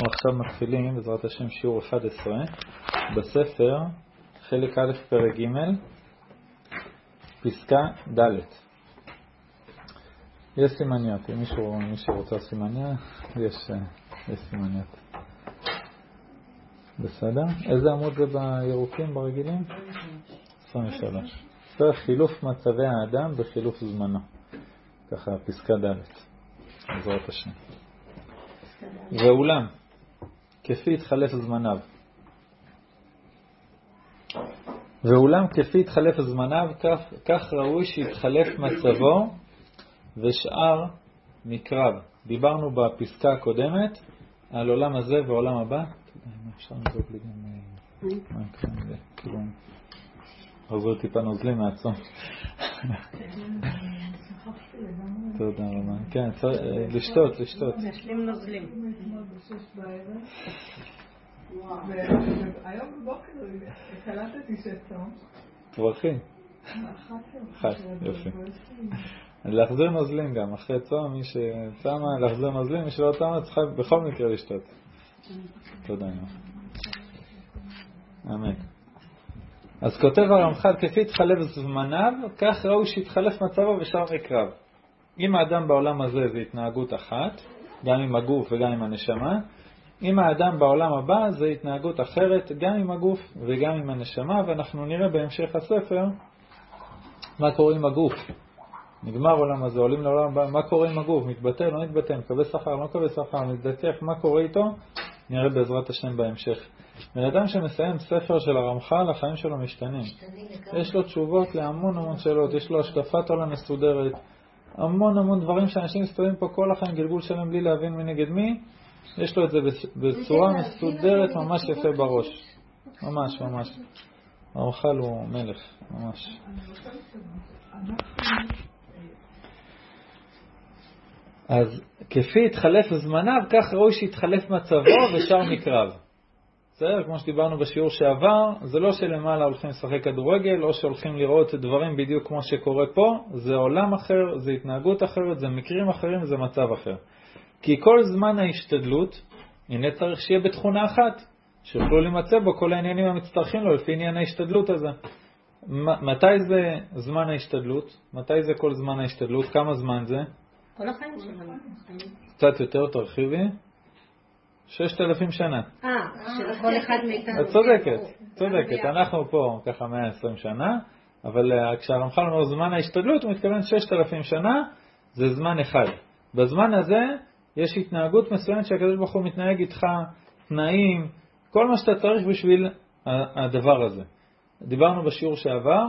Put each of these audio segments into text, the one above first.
אנחנו עכשיו מתחילים בעזרת השם שיעור 11 בספר חלק א' פרק ג' פסקה ד'. יש סימניות, אם מישהו רוצה סימניה, יש סימניות. בסדר? איזה עמוד זה בירוקים ברגילים? 23. זה חילוף מצבי האדם בחילוף זמנו. ככה פסקה ד' בעזרת השם. ואולם, כפי התחלף זמניו. ואולם, כפי התחלף זמניו, כך ראוי שיתחלף מצבו ושאר מקרב. דיברנו בפסקה הקודמת על עולם הזה ועולם הבא. אפשר לבדוק לי גם כאילו חזרו טיפה נוזלים מעצום. תודה רבה. כן, לשתות. נשלים נוזלים. היום בבוקר קלטתי שצום. תברכי. יופי. להחזיר נוזלים גם, אחרי צום, מי שצמה להחזיר נוזלים, מי שלא צמה צריכה בכל מקרה לשתות. תודה. אמן. אז כותב הרמח"ל, כפי התחלף זמניו, כך ראוי שיתחלף מצבו ושאר מקרב. אם האדם בעולם הזה זה התנהגות אחת, גם עם הגוף וגם עם הנשמה, אם האדם בעולם הבא זה התנהגות אחרת, גם עם הגוף וגם עם הנשמה, ואנחנו נראה בהמשך הספר מה קורה עם הגוף. נגמר עולם הזה, עולים לעולם הבא, מה קורה עם הגוף? מתבטא, לא מתבטא, מקבל שכר, לא מקבל שכר, מתדתך, מה קורה איתו? נראה בעזרת השם בהמשך. בן אדם שמסיים ספר של הרמח"ל, החיים שלו משתנים. יש לו תשובות להמון שאלות, יש לו השקפת עולם מסודרת, המון דברים שאנשים מסתובבים פה כל החיים גלגול שלהם בלי להבין מי נגד מי, יש לו את זה בצורה מסודרת ממש יפה בראש. ממש. הרמח"ל הוא מלך, ממש. אז כפי התחלף זמניו, כך ראוי שיתחלף מצבו ושאר מקרב. בסדר? כמו שדיברנו בשיעור שעבר, זה לא שלמעלה הולכים לשחק כדורגל, או שהולכים לראות דברים בדיוק כמו שקורה פה, זה עולם אחר, זה התנהגות אחרת, זה מקרים אחרים, זה מצב אחר. כי כל זמן ההשתדלות, הנה צריך שיהיה בתכונה אחת, שיוכלו להימצא בו כל העניינים המצטרכים לו, לפי עניין ההשתדלות הזה. מתי זה זמן ההשתדלות? מתי זה כל זמן ההשתדלות? כמה זמן זה? כל החיים שלנו. קצת יותר תרחיבי. 6,000 שנה. כל אחד מאיתנו. את צודקת. אנחנו פה ככה 120 שנה, אבל כשהרמח"ל אומר זמן ההשתדלות, הוא מתכוון 6,000 שנה, זה זמן אחד. בזמן הזה יש התנהגות מסוימת שהקדוש ברוך הוא מתנהג איתך, תנאים, כל מה שאתה צריך בשביל הדבר הזה. דיברנו בשיעור שעבר,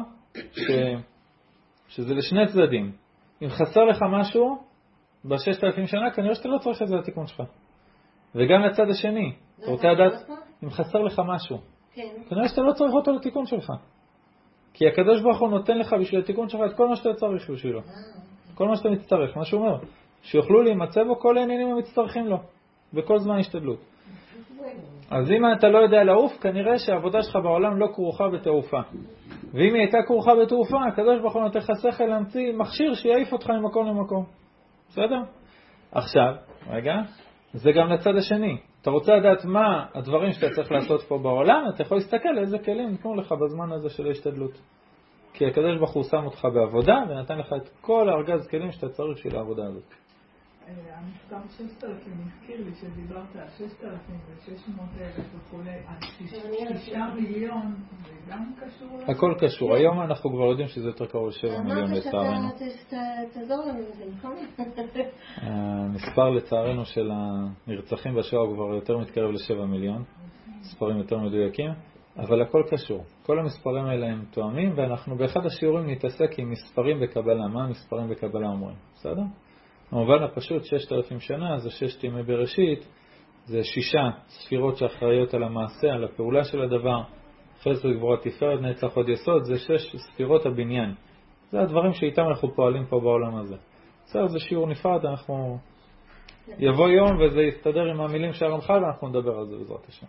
שזה לשני צדדים. אם חסר לך משהו, ב6,000 שנה, כנראה שאתה לא צריך את זה לתיקון שלך. וגם לצד השני, אתה רוצה לדעת, אם חסר לך משהו, כנראה שאתה לא צריך אותו לתיקון שלך. כי הקדוש ברוך הוא נותן לך בשביל התיקון שלך את כל מה שאתה צריך בשבילו. כל מה שאתה מצטרך, מה שהוא אומר. שיוכלו להימצא בו כל העניינים המצטרכים לו, בכל זמן השתדלות. אז אם אתה לא יודע לעוף, כנראה שהעבודה שלך בעולם לא כרוכה בתעופה. ואם היא הייתה כרוכה בתעופה, הקדוש ברוך הוא נותן לך שכל להמציא מכשיר שיעיף אותך ממקום למקום. בסדר? עכשיו, רגע, זה גם לצד השני. אתה רוצה לדעת מה הדברים שאתה צריך לעשות פה בעולם, אתה יכול להסתכל איזה כלים ניתנו לך בזמן הזה של ההשתדלות. כי הקדוש ברוך הוא שם אותך בעבודה, ונתן לך את כל הארגז כלים שאתה צריך של העבודה הזאת. המספר 6,000 הזכיר לי שדיברת על 6,600,000 וכולי, על 6 מיליון, זה גם קשור? הכל קשור. היום אנחנו כבר יודעים שזה יותר קרוב ל7 מיליון לצערנו. תעזור לנו בזה, נכון? המספר לצערנו של הנרצחים בשואה הוא כבר יותר מתקרב ל7 מיליון, מספרים יותר מדויקים, אבל הכל קשור. כל המספרים האלה הם תואמים, ואנחנו באחד השיעורים נתעסק עם מספרים בקבלה. מה המספרים בקבלה אומרים? בסדר? במובן הפשוט 6,000 שנה זה 6 ימי בראשית, זה 6 ספירות שאחראיות על המעשה, על הפעולה של הדבר, חסד גבורה תפארת נצח עוד יסוד, זה 6 ספירות הבניין. זה הדברים שאיתם אנחנו פועלים פה בעולם הזה. זה שיעור נפרד, אנחנו יבוא יום וזה יסתדר עם המילים של הרמח"ל, ואנחנו נדבר על זה בעזרת השם.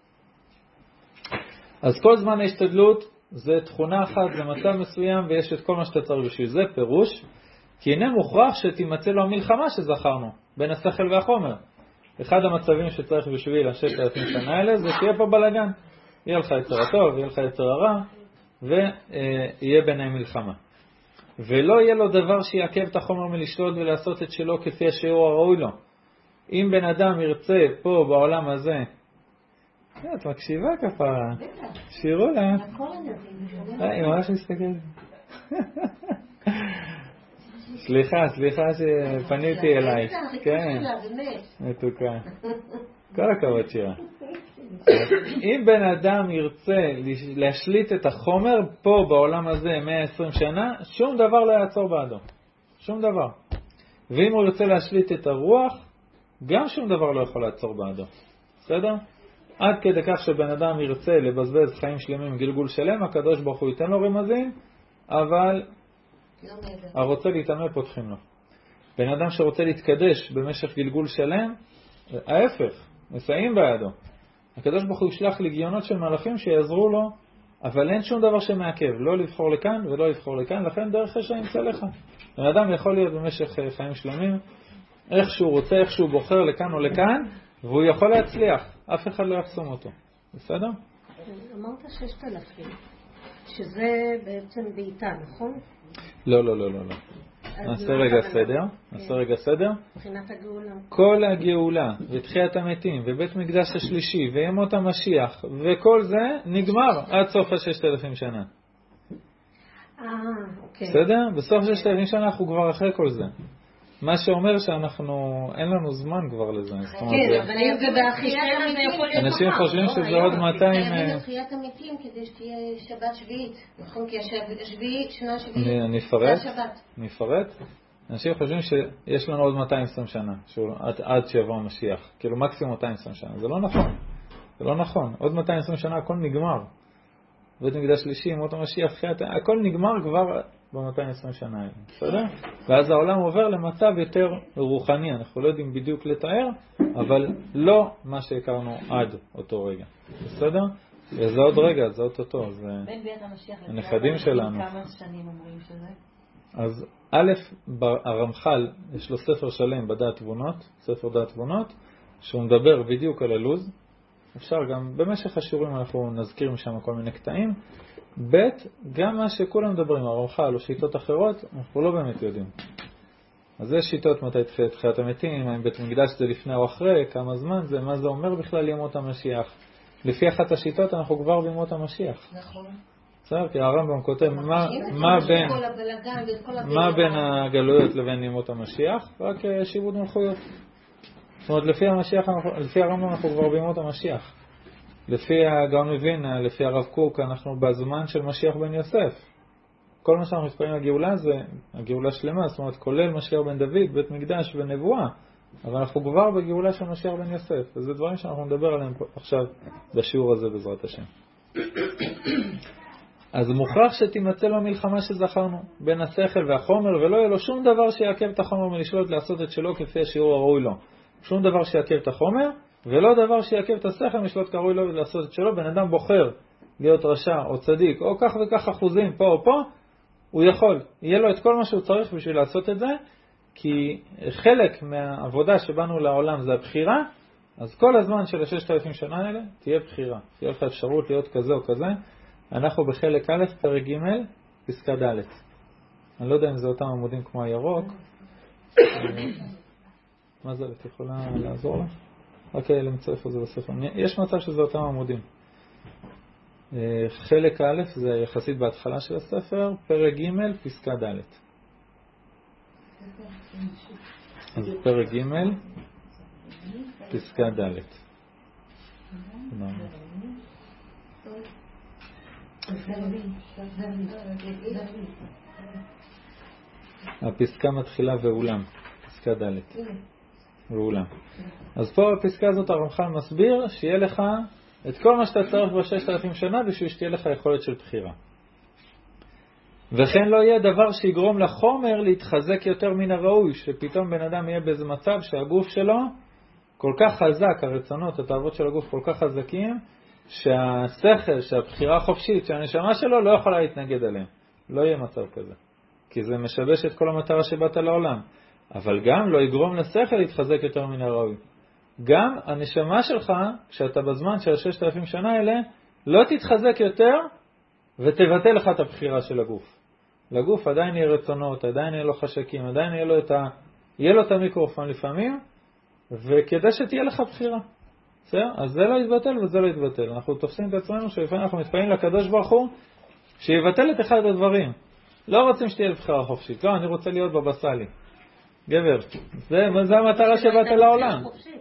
אז כל זמן ההשתדלות זה תכונה אחת, זה מצב מסוים ויש את כל מה שאתה צריך בשביל זה, פירוש כי הנה מוכרח שתימצא לו המלחמה שזכרנו בין השכל והחומר. אחד המצבים שצריך בשביל 6,000 שנה האלה זה שיהיה פה בלגן. יהיה לך יצר הטוב, יהיה לך יצר הרע, ויהיה ביניהם מלחמה. ולא יהיה לו דבר שיעכב את החומר מלשלוט ולעשות את שלו כפי השיעור הראוי לו. אם בן אדם ירצה פה בעולם הזה, את מקשיבה כפרה, שירו לה. היא ממש מסתכלת. סליחה שפניתי אלייך. כן, מתוקה. כל הכבוד שירה. אם בן אדם ירצה להשליט את החומר פה בעולם הזה 120 שנה, שום דבר לא יעצור בעדו. שום דבר. ואם הוא ירצה להשליט את הרוח, גם שום דבר לא יכול לעצור בעדו. בסדר? עד כדי כך שבן אדם ירצה לבזבז חיים שלמים גלגול שלם, הקדוש ברוך הוא ייתן לו רמזים, אבל הרוצה להתאמר פותחים לו. בן אדם שרוצה להתקדש במשך גלגול שלם, ההפך, מסייעים בידו. הקדוש ברוך הוא ישלח לגיונות של מלאכים שיעזרו לו, אבל אין שום דבר שמעכב, לא לבחור לכאן ולא לבחור לכאן, לכן דרך השם ימצא לך. בן אדם יכול להיות במשך חיים שלמים, איך שהוא רוצה, איך שהוא בוחר לכאן או לכאן, והוא יכול להצליח, אף אחד לא יחסום אותו. בסדר? אמרת 6,000, שזה בעצם בעיטה, נכון? לא. נעשה רגע סדר. מבחינת הגאולה. כל הגאולה ותחיית המתים ובית מקדש השלישי וימות המשיח וכל זה נגמר עד סוף 6,000 שנה. אוקיי. בסדר? בסוף 6,000 שנה אנחנו כבר אחרי כל זה. מה שאומר שאנחנו, אין לנו זמן כבר לזה. כן, אבל אם זה באחיית המתים יכול להיות אנשים חושבים שזה עוד 200... חייבים באחיית המתים כדי שתהיה שבת שביעית. נכון? כי השביעית, שנה שביעית, אני אפרט. אנשים חושבים שיש לנו עוד 220 שנה, עד שיבוא המשיח. כאילו מקסימום 220 שנה. זה לא נכון. זה לא נכון. עוד 220 שנה הכל נגמר. בית מקדש שלישי, ימות המשיח, הכל נגמר כבר ב-220 שנה האלה. בסדר? ואז העולם עובר למצב יותר רוחני. אנחנו לא יודעים בדיוק לתאר, אבל לא מה שהכרנו עד אותו רגע. בסדר? וזה עוד רגע, זה אותו. זה הנכדים שלנו. כמה שנים אומרים שזה? אז א', הרמח"ל, יש לו ספר שלם בדעת תבונות, ספר דעת תבונות, שהוא מדבר בדיוק על הלוז. אפשר גם, במשך השיעורים אנחנו נזכיר משם כל מיני קטעים. ב', גם מה שכולם מדברים, הרמח"ל או שיטות אחרות, אנחנו לא באמת יודעים. אז יש שיטות מתי תחיית המתים, האם בית מקדש זה לפני או אחרי, כמה זמן זה, מה זה אומר בכלל ימות המשיח. לפי אחת השיטות אנחנו כבר בימות המשיח. נכון. בסדר? כי הרמב"ם כותב מה בין הגלויות לבין ימות המשיח, רק שיבוד מלכויות. זאת אומרת, לפי הרמב"ם אנחנו כבר בימות המשיח. לפי הגאון מווילנה, לפי הרב קוק, אנחנו בזמן של משיח בן יוסף. כל מה שאנחנו מתפעלים לגאולה זה הגאולה שלמה, זאת אומרת, כולל משיח בן דוד, בית מקדש ונבואה. אבל אנחנו כבר בגאולה של משיח בן יוסף. וזה דברים שאנחנו נדבר עליהם עכשיו בשיעור הזה בעזרת השם. אז מוכרח שתימצא לו מלחמה שזכרנו בין השכל והחומר, ולא יהיה לו שום דבר שיעכב את החומר מלשלוט לעשות את שלו כפי השיעור הראוי לו. שום דבר שיעכב את החומר, ולא דבר שיעכב את השכל משלוט כראוי לו לעשות את שלו. בן אדם בוחר להיות רשע או צדיק או כך וכך אחוזים פה או פה, הוא יכול. יהיה לו את כל מה שהוא צריך בשביל לעשות את זה, כי חלק מהעבודה שבאנו לעולם זה הבחירה, אז כל הזמן של 6,000 שנה האלה תהיה בחירה. תהיה לך אפשרות להיות כזה או כזה. אנחנו בחלק א', פרק ג', פסקה ד'. אני לא יודע אם זה אותם עמודים כמו הירוק. מה זה? את יכולה לעזור לך? רק למצוא איפה זה בספר. יש מצב שזה אותם עמודים. חלק א' זה יחסית בהתחלה של הספר, פרק ג', פסקה ד'. אז פרק ג', פסקה ד'. הפסקה מתחילה ואולם, פסקה ד' ואולם. אז פה בפסקה הזאת הרמח"ל מסביר שיהיה לך את כל מה שאתה צריך ב6,000 שנה בשביל שתהיה לך יכולת של בחירה. וכן לא יהיה דבר שיגרום לחומר להתחזק יותר מן הראוי, שפתאום בן אדם יהיה באיזה מצב שהגוף שלו כל כך חזק, הרצונות, התאוות של הגוף כל כך חזקים, שהשכל, שהבחירה החופשית, שהנשמה שלו לא יכולה להתנגד עליהם. לא יהיה מצב כזה. כי זה משבש את כל המטרה שבאת לעולם. אבל גם לא יגרום לשכל להתחזק יותר מן הראוי. גם הנשמה שלך, כשאתה בזמן של 6,000 שנה האלה, לא תתחזק יותר ותבטל לך את הבחירה של הגוף. לגוף עדיין יהיה רצונות, עדיין יהיה לו חשקים, עדיין יהיה לו את המיקרופון לפעמים, וכדי שתהיה לך בחירה. בסדר? אז זה לא יתבטל וזה לא יתבטל. אנחנו תופסים את עצמנו שלפעמים אנחנו מתפעלים לקדוש ברוך הוא שיבטל את אחד הדברים. לא רוצים שתהיה לבחירה חופשית. לא, אני רוצה להיות בבא סאלי. גבר. זה המטרה שבאת לעולם.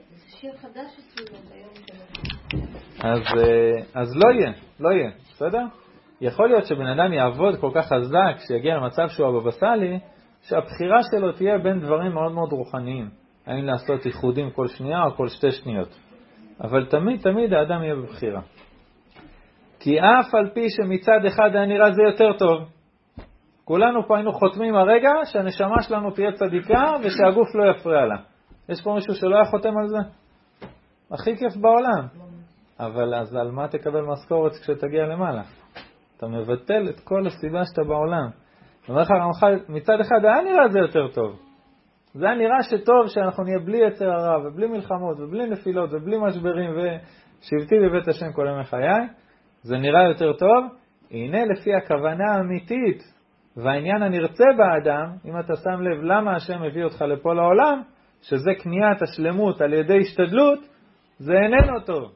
אז לא יהיה. בסדר? יכול להיות שבן אדם יעבוד כל כך חזק שיגיע למצב שהוא הבבא סאלי, שהבחירה שלו תהיה בין דברים מאוד מאוד רוחניים. האם לעשות ייחודים כל שנייה או כל 2 שניות. אבל תמיד האדם יהיה בבחירה. כי אף על פי שמצד אחד היה נראה זה יותר טוב. כולנו פה היינו חותמים הרגע שהנשמה שלנו תהיה צדיקה ושהגוף לא יפריע לה. יש פה מישהו שלא היה חותם על זה? הכי כיף בעולם. אבל אז על מה תקבל משכורת כשתגיע למעלה? אתה מבטל את כל הסיבה שאתה בעולם. אומר לך רמח"ל, מצד אחד היה נראה זה יותר טוב. זה היה נראה שטוב שאנחנו נהיה בלי יצר הרע ובלי מלחמות ובלי נפילות ובלי משברים ושבתי בבית השם כל ימי חיי. זה נראה יותר טוב. הנה לפי הכוונה האמיתית והעניין הנרצה באדם, אם אתה שם לב למה השם הביא אותך לפה לעולם, שזה קניית השלמות על ידי השתדלות, זה איננו טוב.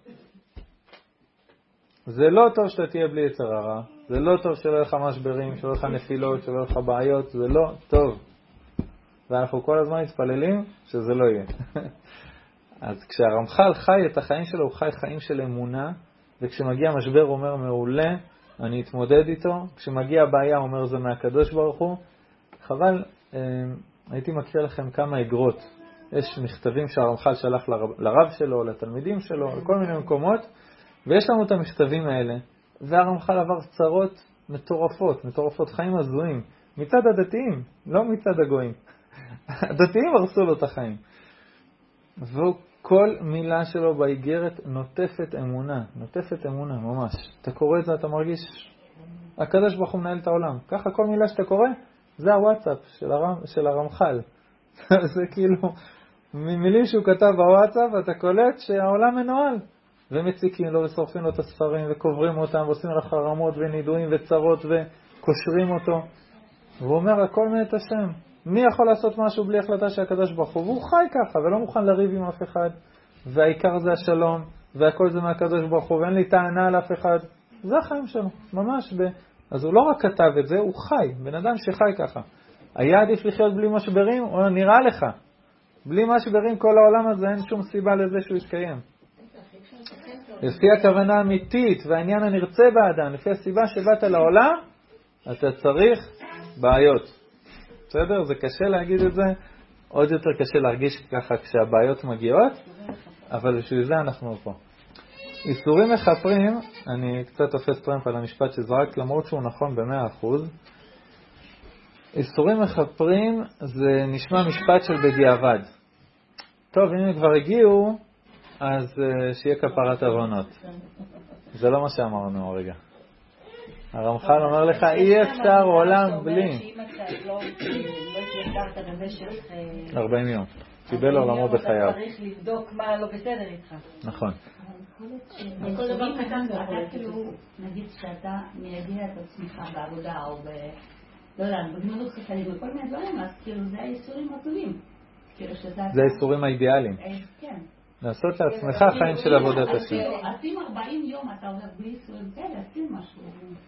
זה לא טוב שאתה תהיה בלי יצר הרע, זה לא טוב שלא יהיה לך משברים, שלא יהיה לך נפילות, שלא יהיה לך בעיות, זה לא טוב. ואנחנו כל הזמן מתפללים שזה לא יהיה. אז כשהרמח"ל חי את החיים שלו, הוא חי חיים של אמונה, וכשמגיע משבר הוא אומר מעולה, אני אתמודד איתו. כשמגיע בעיה הוא אומר זה מהקדוש ברוך הוא. חבל, הייתי מקריא לכם כמה אגרות. יש מכתבים שהרמח"ל שלח לרב שלו, לתלמידים שלו, לכל מיני מקומות, ויש לנו את המכתבים האלה. והרמח"ל עבר צרות מטורפות, חיים הזויים. מצד הדתיים, לא מצד הגויים. הדתיים הרסו לו את החיים. וכל מילה שלו באיגרת נוטפת אמונה ממש. אתה קורא את זה, אתה מרגיש הקדוש ברוך הוא מנהל את העולם. ככה כל מילה שאתה קורא, זה הוואטסאפ של הרמח"ל. זה כאילו, ממילים שהוא כתב בוואטסאפ, אתה קולט שהעולם מנוהל. ומציקים לו ושורפים לו את הספרים וקוברים אותם ועושים לך חרמות ונידויים וצרות וקושרים אותו. והוא אומר הכל מאת השם. מי יכול לעשות משהו בלי החלטה של הקדוש ברוך הוא? והוא חי ככה ולא מוכן לריב עם אף אחד. והעיקר זה השלום והכל זה מהקדוש ברוך הוא ואין לי טענה על אף אחד. זה החיים שלו, ממש. אז הוא לא רק כתב את זה, הוא חי. בן אדם שחי ככה. היה עדיף לחיות בלי משברים, או נראה לך. בלי משברים כל העולם הזה אין שום סיבה לזה שהוא יתקיים. לפי הכוונה האמיתית והעניין הנרצה באדם, לפי הסיבה שבאת לעולם, אתה צריך בעיות. בסדר? זה קשה להגיד את זה, עוד יותר קשה להרגיש ככה כשהבעיות מגיעות, אבל בשביל זה אנחנו פה. איסורים מחפרים, אני קצת תופס טרמפ על המשפט שזרק, למרות שהוא נכון ב100%. איסורים מחפרים זה נשמע משפט של בדיעבד. טוב, אם הם כבר הגיעו, אז שיהיה כפרת עוונות. זה לא מה שאמרנו הרגע. הרמח"ל אומר לך, אי אפשר עולם בלי. שאם אתה לא התיישרת במשך 40 יום. קיבל עולמו בחייו. אתה צריך לבדוק מה לא בסדר איתך. נכון. כל דבר קטן אתה כאילו, נגיד שאתה מייגע את עצמך בעבודה או לא יודע, בגמילות חסדים וכל מיני דברים, אז כאילו זה האיסורים הטובים. זה האיסורים האידיאליים. כן. לעשות לעצמך חיים של עבודת השם. עשים 40 יום, אתה עובר בלי איסורים כאלה, עשים משהו.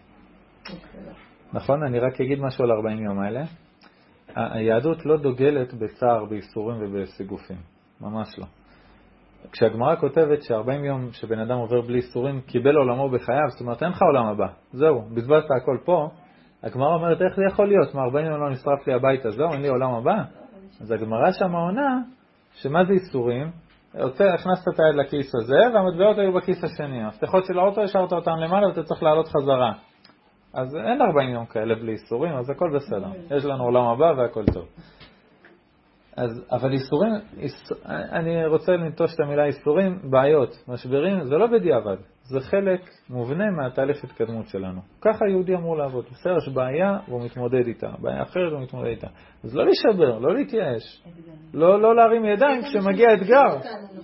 נכון, אני רק אגיד משהו על 40 יום האלה. היהדות לא דוגלת בצער, באיסורים ובסיגופים. ממש לא. כשהגמרא כותבת ש40 יום שבן אדם עובר בלי איסורים, קיבל עולמו בחייו, זאת אומרת, אין לך עולם הבא. זהו, בזבזת הכל פה. הגמרא אומרת, איך זה יכול להיות? מה 40 יום לא נשרף לי הבית הזה, אין לי עולם הבא? אז הגמרא שם עונה, שמה זה איסורים? הכנסת את היד לכיס הזה, והמטבעות היו בכיס השני. המפתחות של האוטו, השארת אותם למעלה ואתה צריך לעלות חזרה. אז אין 40 יום כאלה בלי איסורים, אז הכל בסדר. יש לנו עולם הבא והכל טוב. אבל איסורים, אני רוצה לנטוש את המילה איסורים, בעיות, משברים, זה לא בדיעבד, זה חלק מובנה מהתהליך התקדמות שלנו. ככה יהודי אמור לעבוד, בסדר, יש בעיה והוא מתמודד איתה, בעיה אחרת הוא מתמודד איתה. אז לא להישבר, לא להתייאש, לא להרים ידיים כשמגיע אתגר.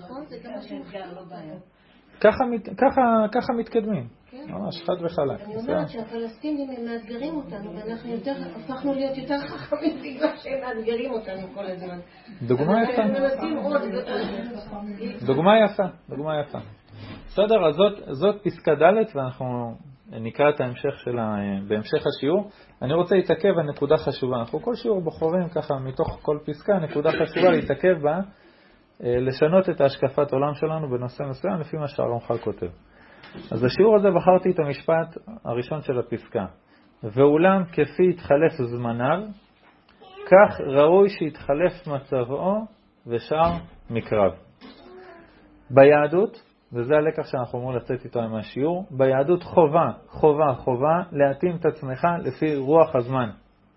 ככה מתקדמים. ממש חד וחלק. אני אומרת שהפלסטינים הם מאתגרים אותנו, ואנחנו הפכנו להיות יותר חכמים בגלל שהם מאתגרים אותנו כל הזמן. דוגמה יפה. בסדר, אז זאת פסקה ד' ואנחנו נקרא את ההמשך שלה בהמשך השיעור. אני רוצה להתעכב על נקודה חשובה. אנחנו כל שיעור בוחרים ככה מתוך כל פסקה, נקודה חשובה להתעכב בה, לשנות את השקפת עולם שלנו בנושא מסוים לפי מה שהרמח"ל כותב. אז בשיעור הזה בחרתי את המשפט הראשון של הפסקה. ואולם כפי התחלף זמניו, כך ראוי שיתחלף מצבו ושאר מקרב. ביהדות, וזה הלקח שאנחנו אמורים לצאת איתו עם השיעור, ביהדות חובה להתאים את עצמך לפי רוח הזמן.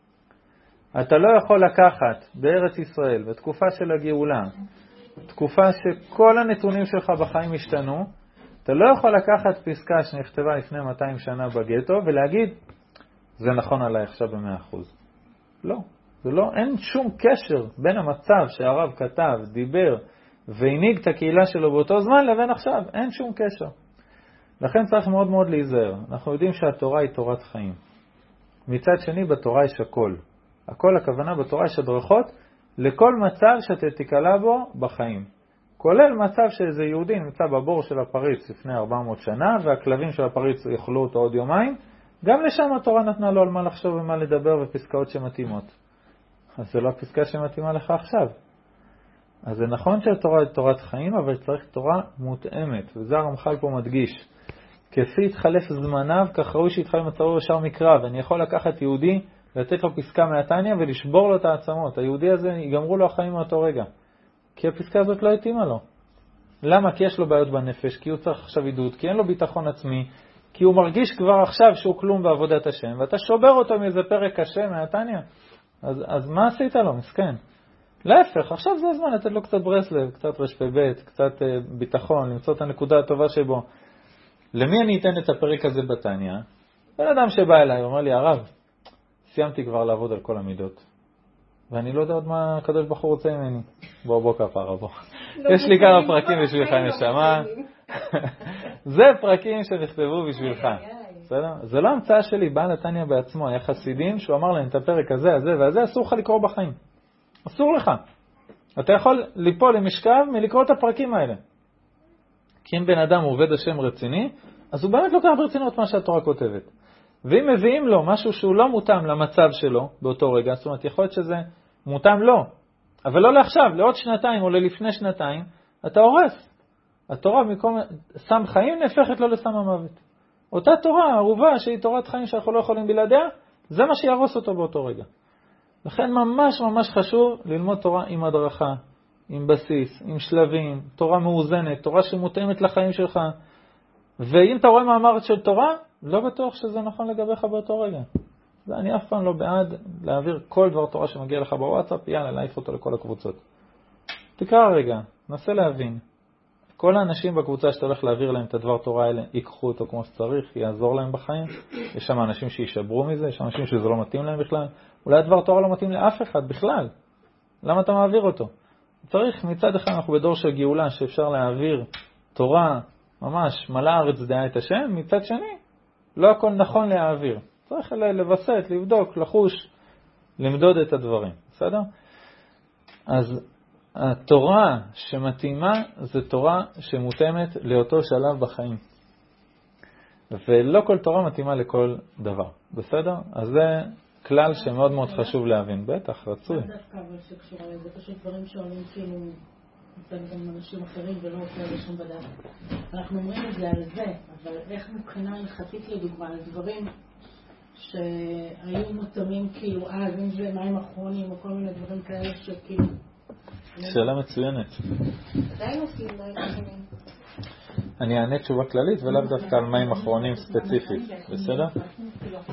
אתה לא יכול לקחת בארץ ישראל, בתקופה של הגאולה, תקופה שכל הנתונים שלך בחיים השתנו, אתה לא יכול לקחת פסקה שנכתבה לפני 200 שנה בגטו ולהגיד, זה נכון עליי עכשיו ב100%. לא, זה לא, אין שום קשר בין המצב שהרב כתב, דיבר והנהיג את הקהילה שלו באותו זמן לבין עכשיו, אין שום קשר. לכן צריך מאוד מאוד להיזהר. אנחנו יודעים שהתורה היא תורת חיים. מצד שני בתורה יש הכל. הכל הכוונה בתורה יש הדרכות לכל מצב שאתה תיקלה בו בחיים. כולל מצב שאיזה יהודי נמצא בבור של הפריץ לפני 400 שנה, והכלבים של הפריץ יאכלו אותו עוד יומיים, גם לשם התורה נתנה לו על מה לחשוב ומה לדבר ופסקאות שמתאימות. אז זה לא הפסקה שמתאימה לך עכשיו. אז זה נכון שהתורה היא תורת חיים, אבל צריך תורה מותאמת, וזה הרמח"ל פה מדגיש. כפי התחלף זמניו, כך ראוי שיתחלף מצבו ושאר מקרב. אני יכול לקחת יהודי, לתת לו פסקה מהתניא ולשבור לו את העצמות. היהודי הזה ייגמרו לו החיים מאותו רגע. כי הפסקה הזאת לא התאימה לו. למה? כי יש לו בעיות בנפש, כי הוא צריך עכשיו עידוד, כי אין לו ביטחון עצמי, כי הוא מרגיש כבר עכשיו שהוא כלום בעבודת השם, ואתה שובר אותו מאיזה פרק קשה מהתניא. אז מה עשית לו? מסכן. להפך, עכשיו זה הזמן לתת לו קצת ברסלב, קצת רשפ"ב, קצת ביטחון, למצוא את הנקודה הטובה שבו. למי אני אתן את הפרק הזה בתניא? בן אדם שבא אליי, אומר לי, הרב, סיימתי כבר לעבוד על כל המידות. ואני לא יודע עוד מה הקדוש ברוך הוא רוצה ממני. בוא כפרה, בוא. יש לי כמה פרקים בשבילך, נשמה. זה פרקים שנכתבו בשבילך. בסדר? זה לא המצאה שלי, בעל התניא בעצמו. היה חסידים שהוא אמר להם את הפרק הזה, הזה והזה, אסור לך לקרוא בחיים. אסור לך. אתה יכול ליפול למשכב מלקרוא את הפרקים האלה. כי אם בן אדם עובד השם רציני, אז הוא באמת לוקח ברצינות מה שהתורה כותבת. ואם מביאים לו משהו שהוא לא מותאם למצב שלו באותו רגע, זאת אומרת, יכול להיות שזה מותאם לו, אבל לא לעכשיו, לעוד שנתיים או ללפני שנתיים, אתה הורס. התורה במקום שם חיים נהפכת לו לסם המוות. אותה תורה, ערובה שהיא תורת חיים שאנחנו לא יכולים בלעדיה, זה מה שירוס אותו באותו רגע. לכן ממש ממש חשוב ללמוד תורה עם הדרכה, עם בסיס, עם שלבים, תורה מאוזנת, תורה שמותאמת לחיים שלך. ואם אתה רואה מאמר של תורה, לא בטוח שזה נכון לגביך באותו רגע. אני אף פעם לא בעד להעביר כל דבר תורה שמגיע לך בוואטסאפ, יאללה, להעיף אותו לכל הקבוצות. תקרא רגע, נסה להבין. כל האנשים בקבוצה שאתה הולך להעביר להם את הדבר תורה האלה, ייקחו אותו כמו שצריך, יעזור להם בחיים. יש שם אנשים שישברו מזה, יש שם אנשים שזה לא מתאים להם בכלל. אולי הדבר תורה לא מתאים לאף אחד בכלל. למה אתה מעביר אותו? צריך, מצד אחד אנחנו בדור של גאולה שאפשר להעביר תורה ממש מלא הארץ דעה את השם, מצד שני לא הכל נכון להעביר. צריך לבסט, לבדוק, לחוש, למדוד את הדברים. בסדר? אז התורה שמתאימה זה תורה שמותאמת לאותו שלב בחיים. ולא כל תורה מתאימה לכל דבר. בסדר? אז זה כלל שמאוד מאוד חשוב להבין. בטח, רצוי. זה דווקא אבל שקשורה לזה, פשוט דברים שעולים כאילו אצל גם אנשים אחרים ולא עושה לשום בדף. אנחנו אומרים את זה על זה, אבל איך מבחינה הלכתית לדוגמה, לדברים שהיו מותאמים כאילו, אם זה מים אחרונים או כל מיני דברים כאלה שכאילו... שאלה מצוינת. עדיין עושים מים אחרונים. אני אענה תשובה כללית ולאו דווקא על מים אחרונים ספציפית. בסדר?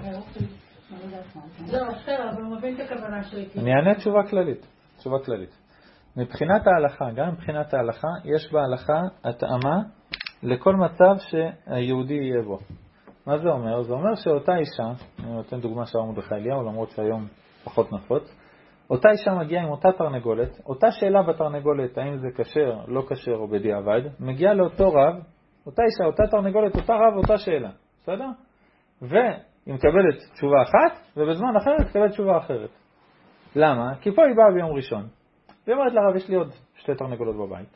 לא, בסדר, אבל הוא מבין את הכוונה שלי. אני אענה תשובה כללית. תשובה כללית. מבחינת ההלכה, גם מבחינת ההלכה, יש בהלכה התאמה לכל מצב שהיהודי יהיה בו. מה זה אומר? זה אומר שאותה אישה, אני נותן דוגמה של מרדכי אליהו, למרות שהיום פחות נפוץ, אותה אישה מגיעה עם אותה תרנגולת, אותה שאלה בתרנגולת, האם זה כשר, לא כשר או בדיעבד, מגיעה לאותו רב, אותה אישה, אותה תרנגולת, אותה רב, אותה שאלה. בסדר? והיא מקבלת תשובה אחת, ובזמן אחר היא מקבלת תשובה אחרת. למה? כי פה היא באה ביום ראשון. והיא אומרת לרב, יש לי עוד 2 תרנגולות בבית.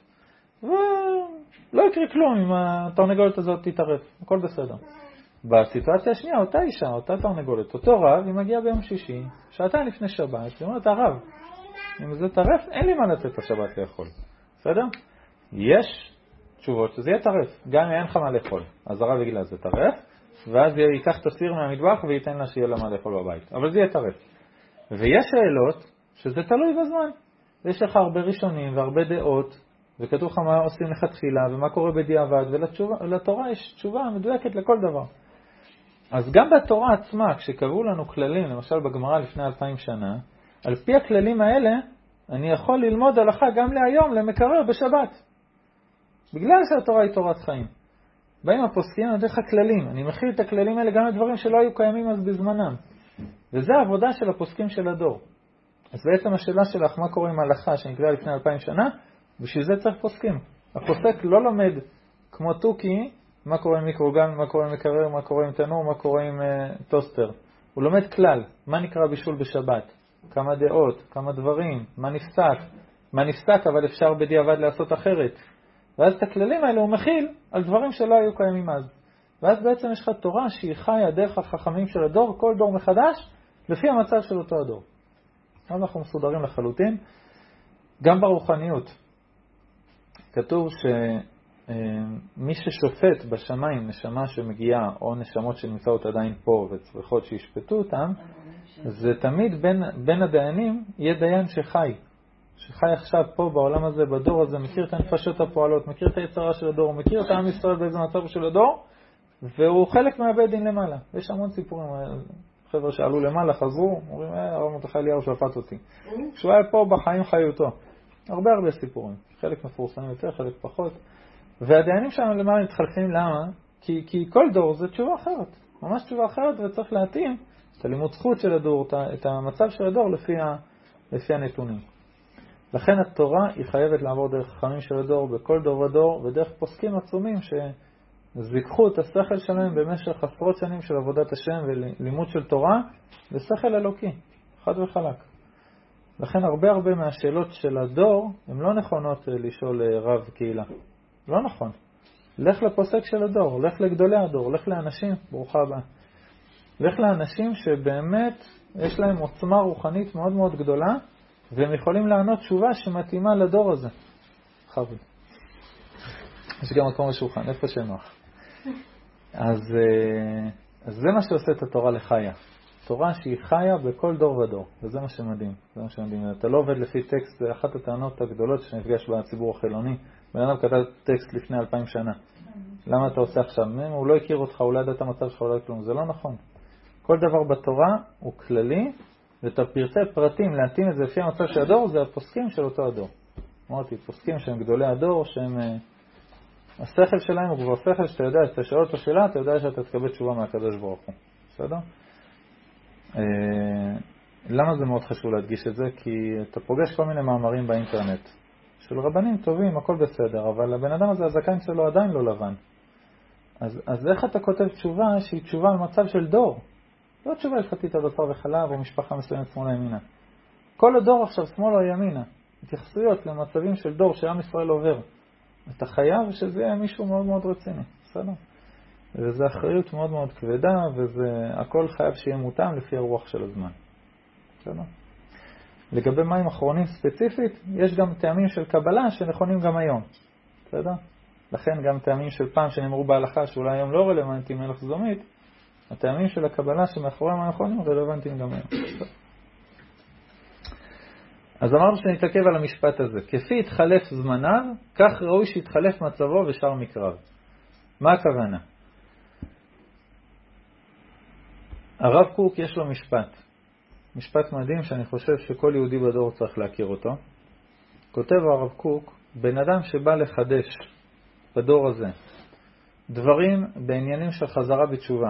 ולא יקרה כלום אם התרנגולת הזאת תתערף. הכל בסדר. בסיטואציה השנייה, אותה אישה, אותה תרנגולת, אותו רב, היא מגיעה ביום שישי, שעתיים לפני שבת, היא אומרת, הרב, אם זה טרף, אין לי מה לצאת השבת לאכול. בסדר? יש תשובות שזה יהיה טרף, גם אם אין לך מה לאכול. אז הרב יגיד לה, זה טרף, ואז ייקח את הסיר מהמטבח וייתן לה שיהיה לה מה לאכול בבית. אבל זה יהיה טרף. ויש שאלות שזה תלוי בזמן. יש לך הרבה ראשונים והרבה דעות, וכתוב לך מה עושים לך תחילה ומה קורה בדיעבד, ולתורה יש תשובה מדויקת לכל דבר. אז גם בתורה עצמה, כשקבעו לנו כללים, למשל בגמרא לפני 2000 שנה, על פי הכללים האלה, אני יכול ללמוד הלכה גם להיום, למקרר בשבת. בגלל שהתורה היא תורת חיים. באים הפוסקים, אני דרך הכללים. אני מכיל את הכללים האלה גם לדברים שלא היו קיימים אז בזמנם. וזה העבודה של הפוסקים של הדור. אז בעצם השאלה שלך, מה קורה עם ההלכה שנקבעה לפני 2000 שנה, בשביל זה צריך פוסקים. הפוסק לא לומד כמו תוכי, מה קורה עם מיקרוגל, מה קורה עם מקרר, מה קורה עם תנור, מה קורה עם טוסטר. הוא לומד כלל, מה נקרא בישול בשבת, כמה דעות, כמה דברים, מה נפסק אבל אפשר בדיעבד לעשות אחרת. ואז את הכללים האלה הוא מכיל על דברים שלא היו קיימים אז. ואז בעצם יש לך תורה שהיא חיה דרך החכמים של הדור, כל דור מחדש, לפי המצב של אותו הדור. אז אנחנו מסודרים לחלוטין. גם ברוחניות, כתוב שמי ששופט בשמיים נשמה שמגיעה, או נשמות שנמצאות עדיין פה וצריכות שישפטו אותם, זה תמיד בין הדיינים יהיה דיין שחי עכשיו פה בעולם הזה, בדור הזה, מכיר את הנפשות הפועלות, מכיר את היצרה של הדור, מכיר את העם ישראל באיזה מצב של הדור, והוא חלק מהבית דין למעלה. יש המון סיפורים, חבר'ה שעלו למעלה, חזרו, אומרים, הרב מרדכי אליהו שפט אותי. כשהוא היה פה בחיים חיותו. הרבה סיפורים, חלק מפורסמים יותר, חלק פחות. והדיינים שלנו למעלה מתחלפים, למה? כי כל דור זה תשובה אחרת, ממש תשובה אחרת, וצריך להתאים את הלימוד זכות של הדור, את המצב של הדור לפי הנתונים. לכן התורה היא חייבת לעבור דרך חכמים של הדור בכל דור ודור, ודרך פוסקים עצומים שזיככו את השכל שלהם במשך עשרות שנים של עבודת השם ולימוד של תורה ושכל אלוקי, חד וחלק. לכן הרבה מהשאלות של הדור הן לא נכונות לשאול רב קהילה. לא נכון. לך לפוסק של הדור, לך לגדולי הדור, לך לאנשים, ברוכה הבאה. לך לאנשים שבאמת יש להם עוצמה רוחנית מאוד מאוד גדולה, והם יכולים לענות תשובה שמתאימה לדור הזה. חבל. יש גם מקום לשולחן, איפה שנוח. אז זה מה שעושה את התורה לחיה. תורה שהיא חיה בכל דור ודור, וזה מה שמדהים. אתה לא עובד לפי טקסט, זה אחת הטענות הגדולות שנפגש בציבור החילוני. בן אדם כתב טקסט לפני 2000 שנה. למה אתה עושה עכשיו? הוא לא הכיר אותך, אולי ידע את המצב שלך, אולי כלום. זה לא נכון. כל דבר בתורה הוא כללי, ואת הפרטי פרטים להתאים את זה לפי המצב של הדור, זה הפוסקים של אותו הדור. אמרתי, פוסקים שהם גדולי הדור, שהם השכל שלהם הוא כבר שכל שאתה יודע, שאתה שואל אותו שאלה, אתה יודע שאתה תקבל תשובה מהקדוש ברוך הוא. בסדר? למה זה מאוד חשוב להדגיש את זה? כי אתה פוגש כל מיני מאמרים באינטרנט של רבנים טובים, הכל בסדר, אבל הבן אדם הזה, הזקן שלו עדיין לא לבן. אז איך אתה כותב תשובה שהיא תשובה על מצב של דור? לא תשובה הלכתית על בשר וחלב או משפחה מסוימת שמאלה ימינה. כל הדור עכשיו שמאלה או ימינה. התייחסויות למצבים של דור שעם ישראל עובר. אתה חייב שזה יהיה מישהו מאוד מאוד רציני. בסדר? וזו אחריות מאוד מאוד כבדה, וזה הכל חייב שיהיה מותאם לפי הרוח של הזמן. בסדר? לגבי מים אחרונים ספציפית, יש גם טעמים של קבלה שנכונים גם היום. בסדר? לכן גם טעמים של פעם שנאמרו בהלכה שאולי היום לא רלוונטיים מלך זומית, הטעמים של הקבלה שמאחורי מים אחרונים רלוונטיים גם היום. אז אמרנו שנתעכב על המשפט הזה. כפי התחלף זמניו, כך ראוי שיתחלף מצבו ושאר מקרב. מה הכוונה? הרב קוק יש לו משפט מדהים שאני חושב שכל יהודי בדור צריך להכיר אותו. כותב הרב קוק, בן אדם שבא לחדש בדור הזה דברים בעניינים של חזרה בתשובה.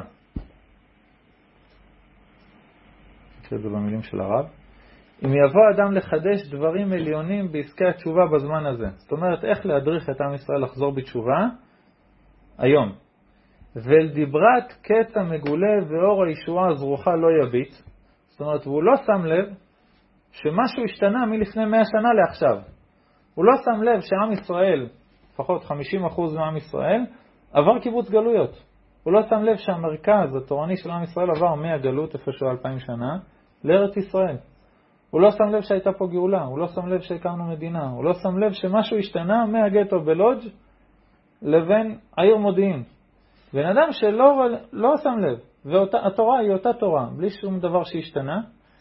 נקרא את זה במילים של הרב. אם יבוא אדם לחדש דברים עליונים בעסקי התשובה בזמן הזה, זאת אומרת איך להדריך את עם ישראל לחזור בתשובה היום, ואל דיברת קטע מגולה ואור הישועה הזרוחה לא יביט, זאת אומרת הוא לא שם לב שמשהו השתנה מלפני 100 שנה לעכשיו. הוא לא שם לב שעם ישראל, לפחות 50% מעם ישראל, עבר קיבוץ גלויות. הוא לא שם לב שהמרכז התורני של עם ישראל עבר מהגלות, איפשהו 2000 שנה, לארץ ישראל. הוא לא שם לב שהייתה פה גאולה, הוא לא שם לב שהקמנו מדינה, הוא לא שם לב שמשהו השתנה מהגטו בלודג' לבין העיר מודיעין. בן אדם שלא שם לב, והתורה היא אותה תורה, בלי שום דבר שהשתנה,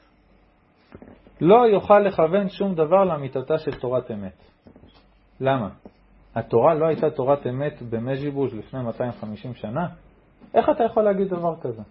לא יוכל לכוון שום דבר לאמיתתה של תורת אמת. למה? התורה לא הייתה תורת אמת במז'יבוז' לפני 250 שנה? איך אתה יכול להגיד דבר כזה?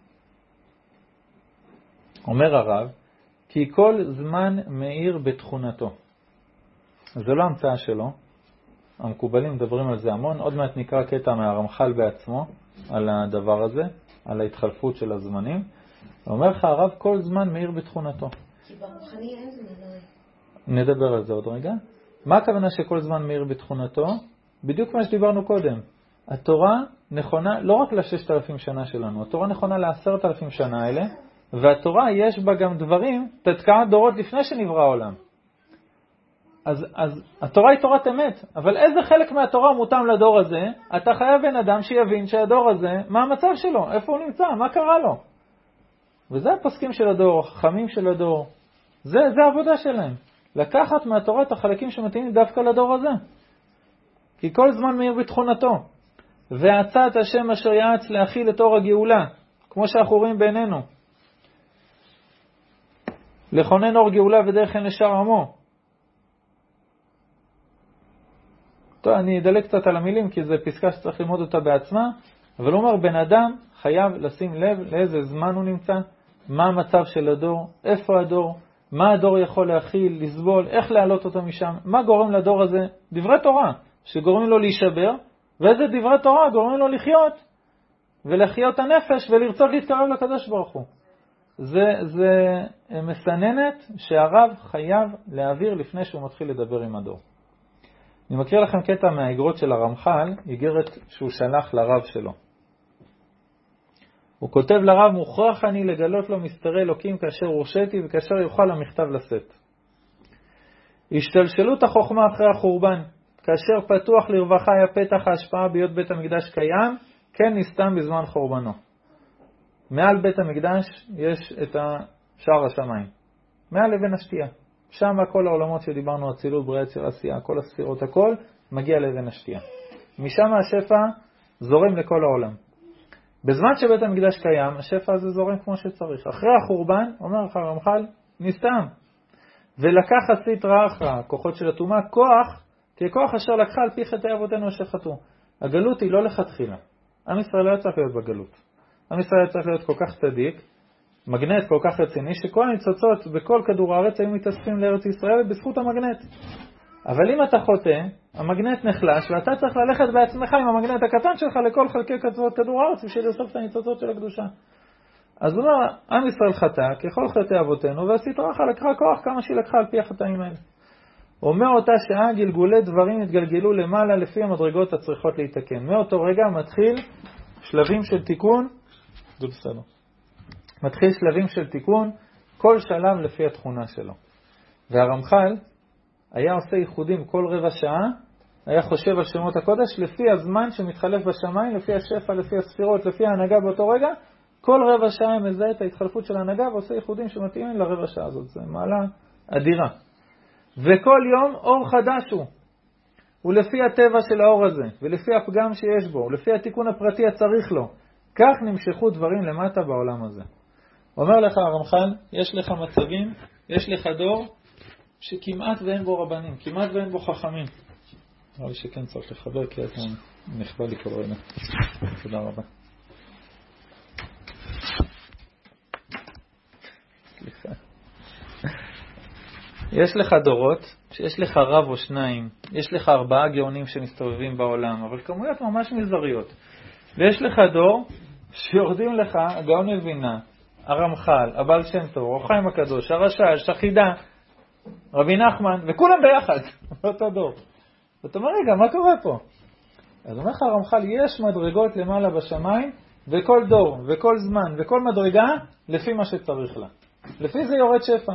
אומר הרב, כי כל זמן מאיר בתכונתו. זה לא המצאה שלו. המקובלים מדברים על זה המון. עוד מעט נקרא קטע מהרמח"ל בעצמו על הדבר הזה, על ההתחלפות של הזמנים. אומר לך הרב, כל זמן מאיר בתכונתו. כי ברוחני אין זמן. נדבר על זה עוד רגע. מה הכוונה שכל זמן מאיר בתכונתו? בדיוק מה שדיברנו קודם. התורה נכונה לא רק ל6,000 שנה שלנו, התורה נכונה ל10,000 שנה האלה, והתורה יש בה גם דברים, תתקעת דורות לפני שנברא העולם. אז התורה היא תורת אמת, אבל איזה חלק מהתורה מותאם לדור הזה? אתה חייב בן אדם שיבין שהדור הזה, מה המצב שלו, איפה הוא נמצא, מה קרה לו. וזה הפוסקים של הדור, החכמים של הדור. זה העבודה שלהם. לקחת מהתורה את החלקים שמתאימים דווקא לדור הזה. כי כל זמן מאיר בתכונתו. ועצת השם אשר יעץ להכיל את אור הגאולה, כמו שאנחנו רואים בעינינו. לכונן אור גאולה ודרך אין לשאר עמו. טוב, אני אדלק קצת על המילים, כי זו פסקה שצריך ללמוד אותה בעצמה, אבל הוא אומר, בן אדם חייב לשים לב לאיזה זמן הוא נמצא, מה המצב של הדור, איפה הדור, מה הדור יכול להכיל, לסבול, איך להעלות אותו משם, מה גורם לדור הזה, דברי תורה, שגורמים לו להישבר, ואיזה דברי תורה גורמים לו לחיות, ולחיות הנפש, ולרצות להתקרב לקדוש ברוך הוא. זה מסננת שהרב חייב להעביר לפני שהוא מתחיל לדבר עם הדור. אני מקריא לכם קטע מהאגרות של הרמח"ל, איגרת שהוא שלח לרב שלו. הוא כותב לרב, מוכרח אני לגלות לו מסתרי אלוקים כאשר הורשיתי וכאשר יוכל המכתב לשאת. השתלשלות החוכמה אחרי החורבן, כאשר פתוח לרווחה היה פתח ההשפעה ביות בית המקדש קיים, כן נסתם בזמן חורבנו. מעל בית המקדש יש את שער השמיים, מעל לבן השתייה. שם כל העולמות שדיברנו, הצילות, בריאה, יצירה, עשייה, כל הספירות, הכל מגיע לבן השתייה. משם השפע זורם לכל העולם. בזמן שבית המקדש קיים, השפע הזה זורם כמו שצריך. אחרי החורבן, אומר לך הרמח"ל, נסתם. ולקח הסטרא אחרא, כוחות של הטומאה, כוח, ככוח אשר לקחה על פי חטאי אבותינו אשר חטאו. הגלות היא לא לכתחילה. עם ישראל לא צריך להיות בגלות. עם ישראל צריך להיות כל כך צדיק, מגנט כל כך רציני, שכל הניצוצות בכל כדור הארץ היו מתאספים לארץ ישראל בזכות המגנט. אבל אם אתה חוטא, המגנט נחלש, ואתה צריך ללכת בעצמך עם המגנט הקטן שלך לכל חלקי קצוות כדור הארץ, בשביל לאסוף את הניצוצות של הקדושה. אז הוא אומר, עם ישראל חטא, ככל חטאי אבותינו, והסטרא אחרא לקחה כוח כמה שהיא לקחה על פי החטאים האלה. הוא אומר אותה שעה גלגולי דברים התגלגלו למעלה לפי המדרגות הצריכות להתקן. מאותו רגע מתחיל שלבים של תיקון, זה בסדר. מתחיל שלבים של תיקון, כל שלב לפי התכונה שלו. והרמח"ל היה עושה ייחודים כל רבע שעה, היה חושב על שמות הקודש לפי הזמן שמתחלף בשמיים, לפי השפע, לפי הספירות, לפי ההנהגה באותו רגע, כל רבע שעה מזהה את ההתחלפות של ההנהגה ועושה ייחודים שמתאימים לרבע שעה הזאת. זה מעלה אדירה. וכל יום אור חדש הוא. ולפי הטבע של האור הזה, ולפי הפגם שיש בו, ולפי התיקון הפרטי הצריך לו, כך נמשכו דברים למטה בעולם הזה. אומר לך הרמח"ל, יש לך מצבים, יש לך דור שכמעט ואין בו רבנים, כמעט ואין בו חכמים. נראה לי שכן צריך לחבר, כי את נכבה לי כל רגע. תודה רבה. סליחה. יש לך דורות שיש לך רב או שניים, יש לך 4 גאונים שמסתובבים בעולם, אבל כמויות ממש מזעריות. ויש לך דור שיורדים לך, הגאון מבינה, הרמח"ל, הבעל שם טוב, אור החיים הקדוש, הרש"ש, שחידה, רבי נחמן, וכולם ביחד, באותו דור. ואתה אומר, רגע, מה קורה פה? אז אומר לך הרמח"ל, יש מדרגות למעלה בשמיים, וכל דור, וכל זמן, וכל מדרגה, לפי מה שצריך לה. לפי זה יורד שפע.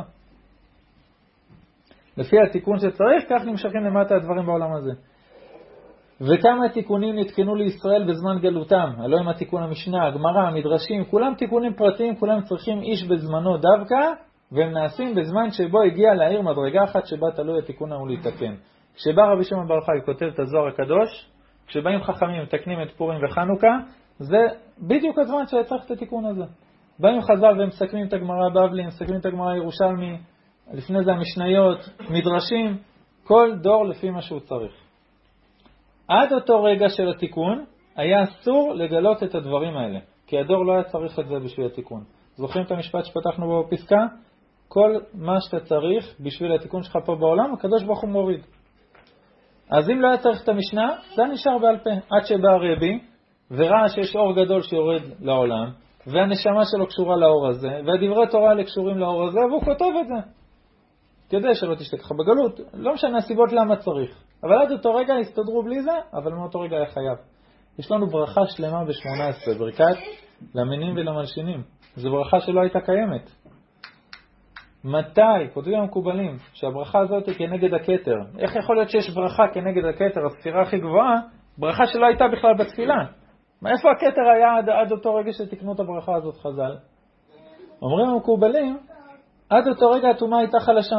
לפי התיקון שצריך, כך נמשכים למטה הדברים בעולם הזה. וכמה תיקונים נתקנו לישראל בזמן גלותם, הלוא הם התיקון המשנה, הגמרא, המדרשים, כולם תיקונים פרטיים, כולם צריכים איש בזמנו דווקא, והם נעשים בזמן שבו הגיע לעיר מדרגה אחת שבה תלוי התיקון ההוא להתקן. כשבא רבי שמעון בר יוחאי כותב את הזוהר הקדוש, כשבאים חכמים מתקנים את פורים וחנוכה, זה בדיוק הזמן שצריך את התיקון הזה. באים חז"ל והם מסכמים את הגמרא בבלי, מסכמים את הגמרא ירושלמי, לפני זה המשניות, מדרשים, כל דור לפי מה שהוא צריך. עד אותו רגע של התיקון היה אסור לגלות את הדברים האלה, כי הדור לא היה צריך את זה בשביל התיקון. זוכרים את המשפט שפתחנו בו בפסקה? כל מה שאתה צריך בשביל התיקון שלך פה בעולם, הקדוש ברוך הוא מוריד. אז אם לא היה צריך את המשנה, זה נשאר בעל פה. עד שבא הרבי וראה שיש אור גדול שיורד לעולם, והנשמה שלו קשורה לאור הזה, והדברי תורה האלה קשורים לאור הזה, והוא כותב את זה. כדי שלא תשתכח בגלות, לא משנה הסיבות למה צריך. אבל עד אותו רגע הסתדרו בלי זה, אבל מאותו רגע היה חייב. יש לנו ברכה שלמה ב-18, ברכת למינים ולמלשינים. זו ברכה שלא הייתה קיימת. מתי? כותבים המקובלים שהברכה הזאת היא כנגד הכתר. איך יכול להיות שיש ברכה כנגד הכתר, הספירה הכי גבוהה, ברכה שלא הייתה בכלל בתפילה? מאיפה הכתר היה עד אותו רגע שתקנו את הברכה הזאת חז"ל? אומרים המקובלים, עד אותו רגע התאומה הייתה חלשה.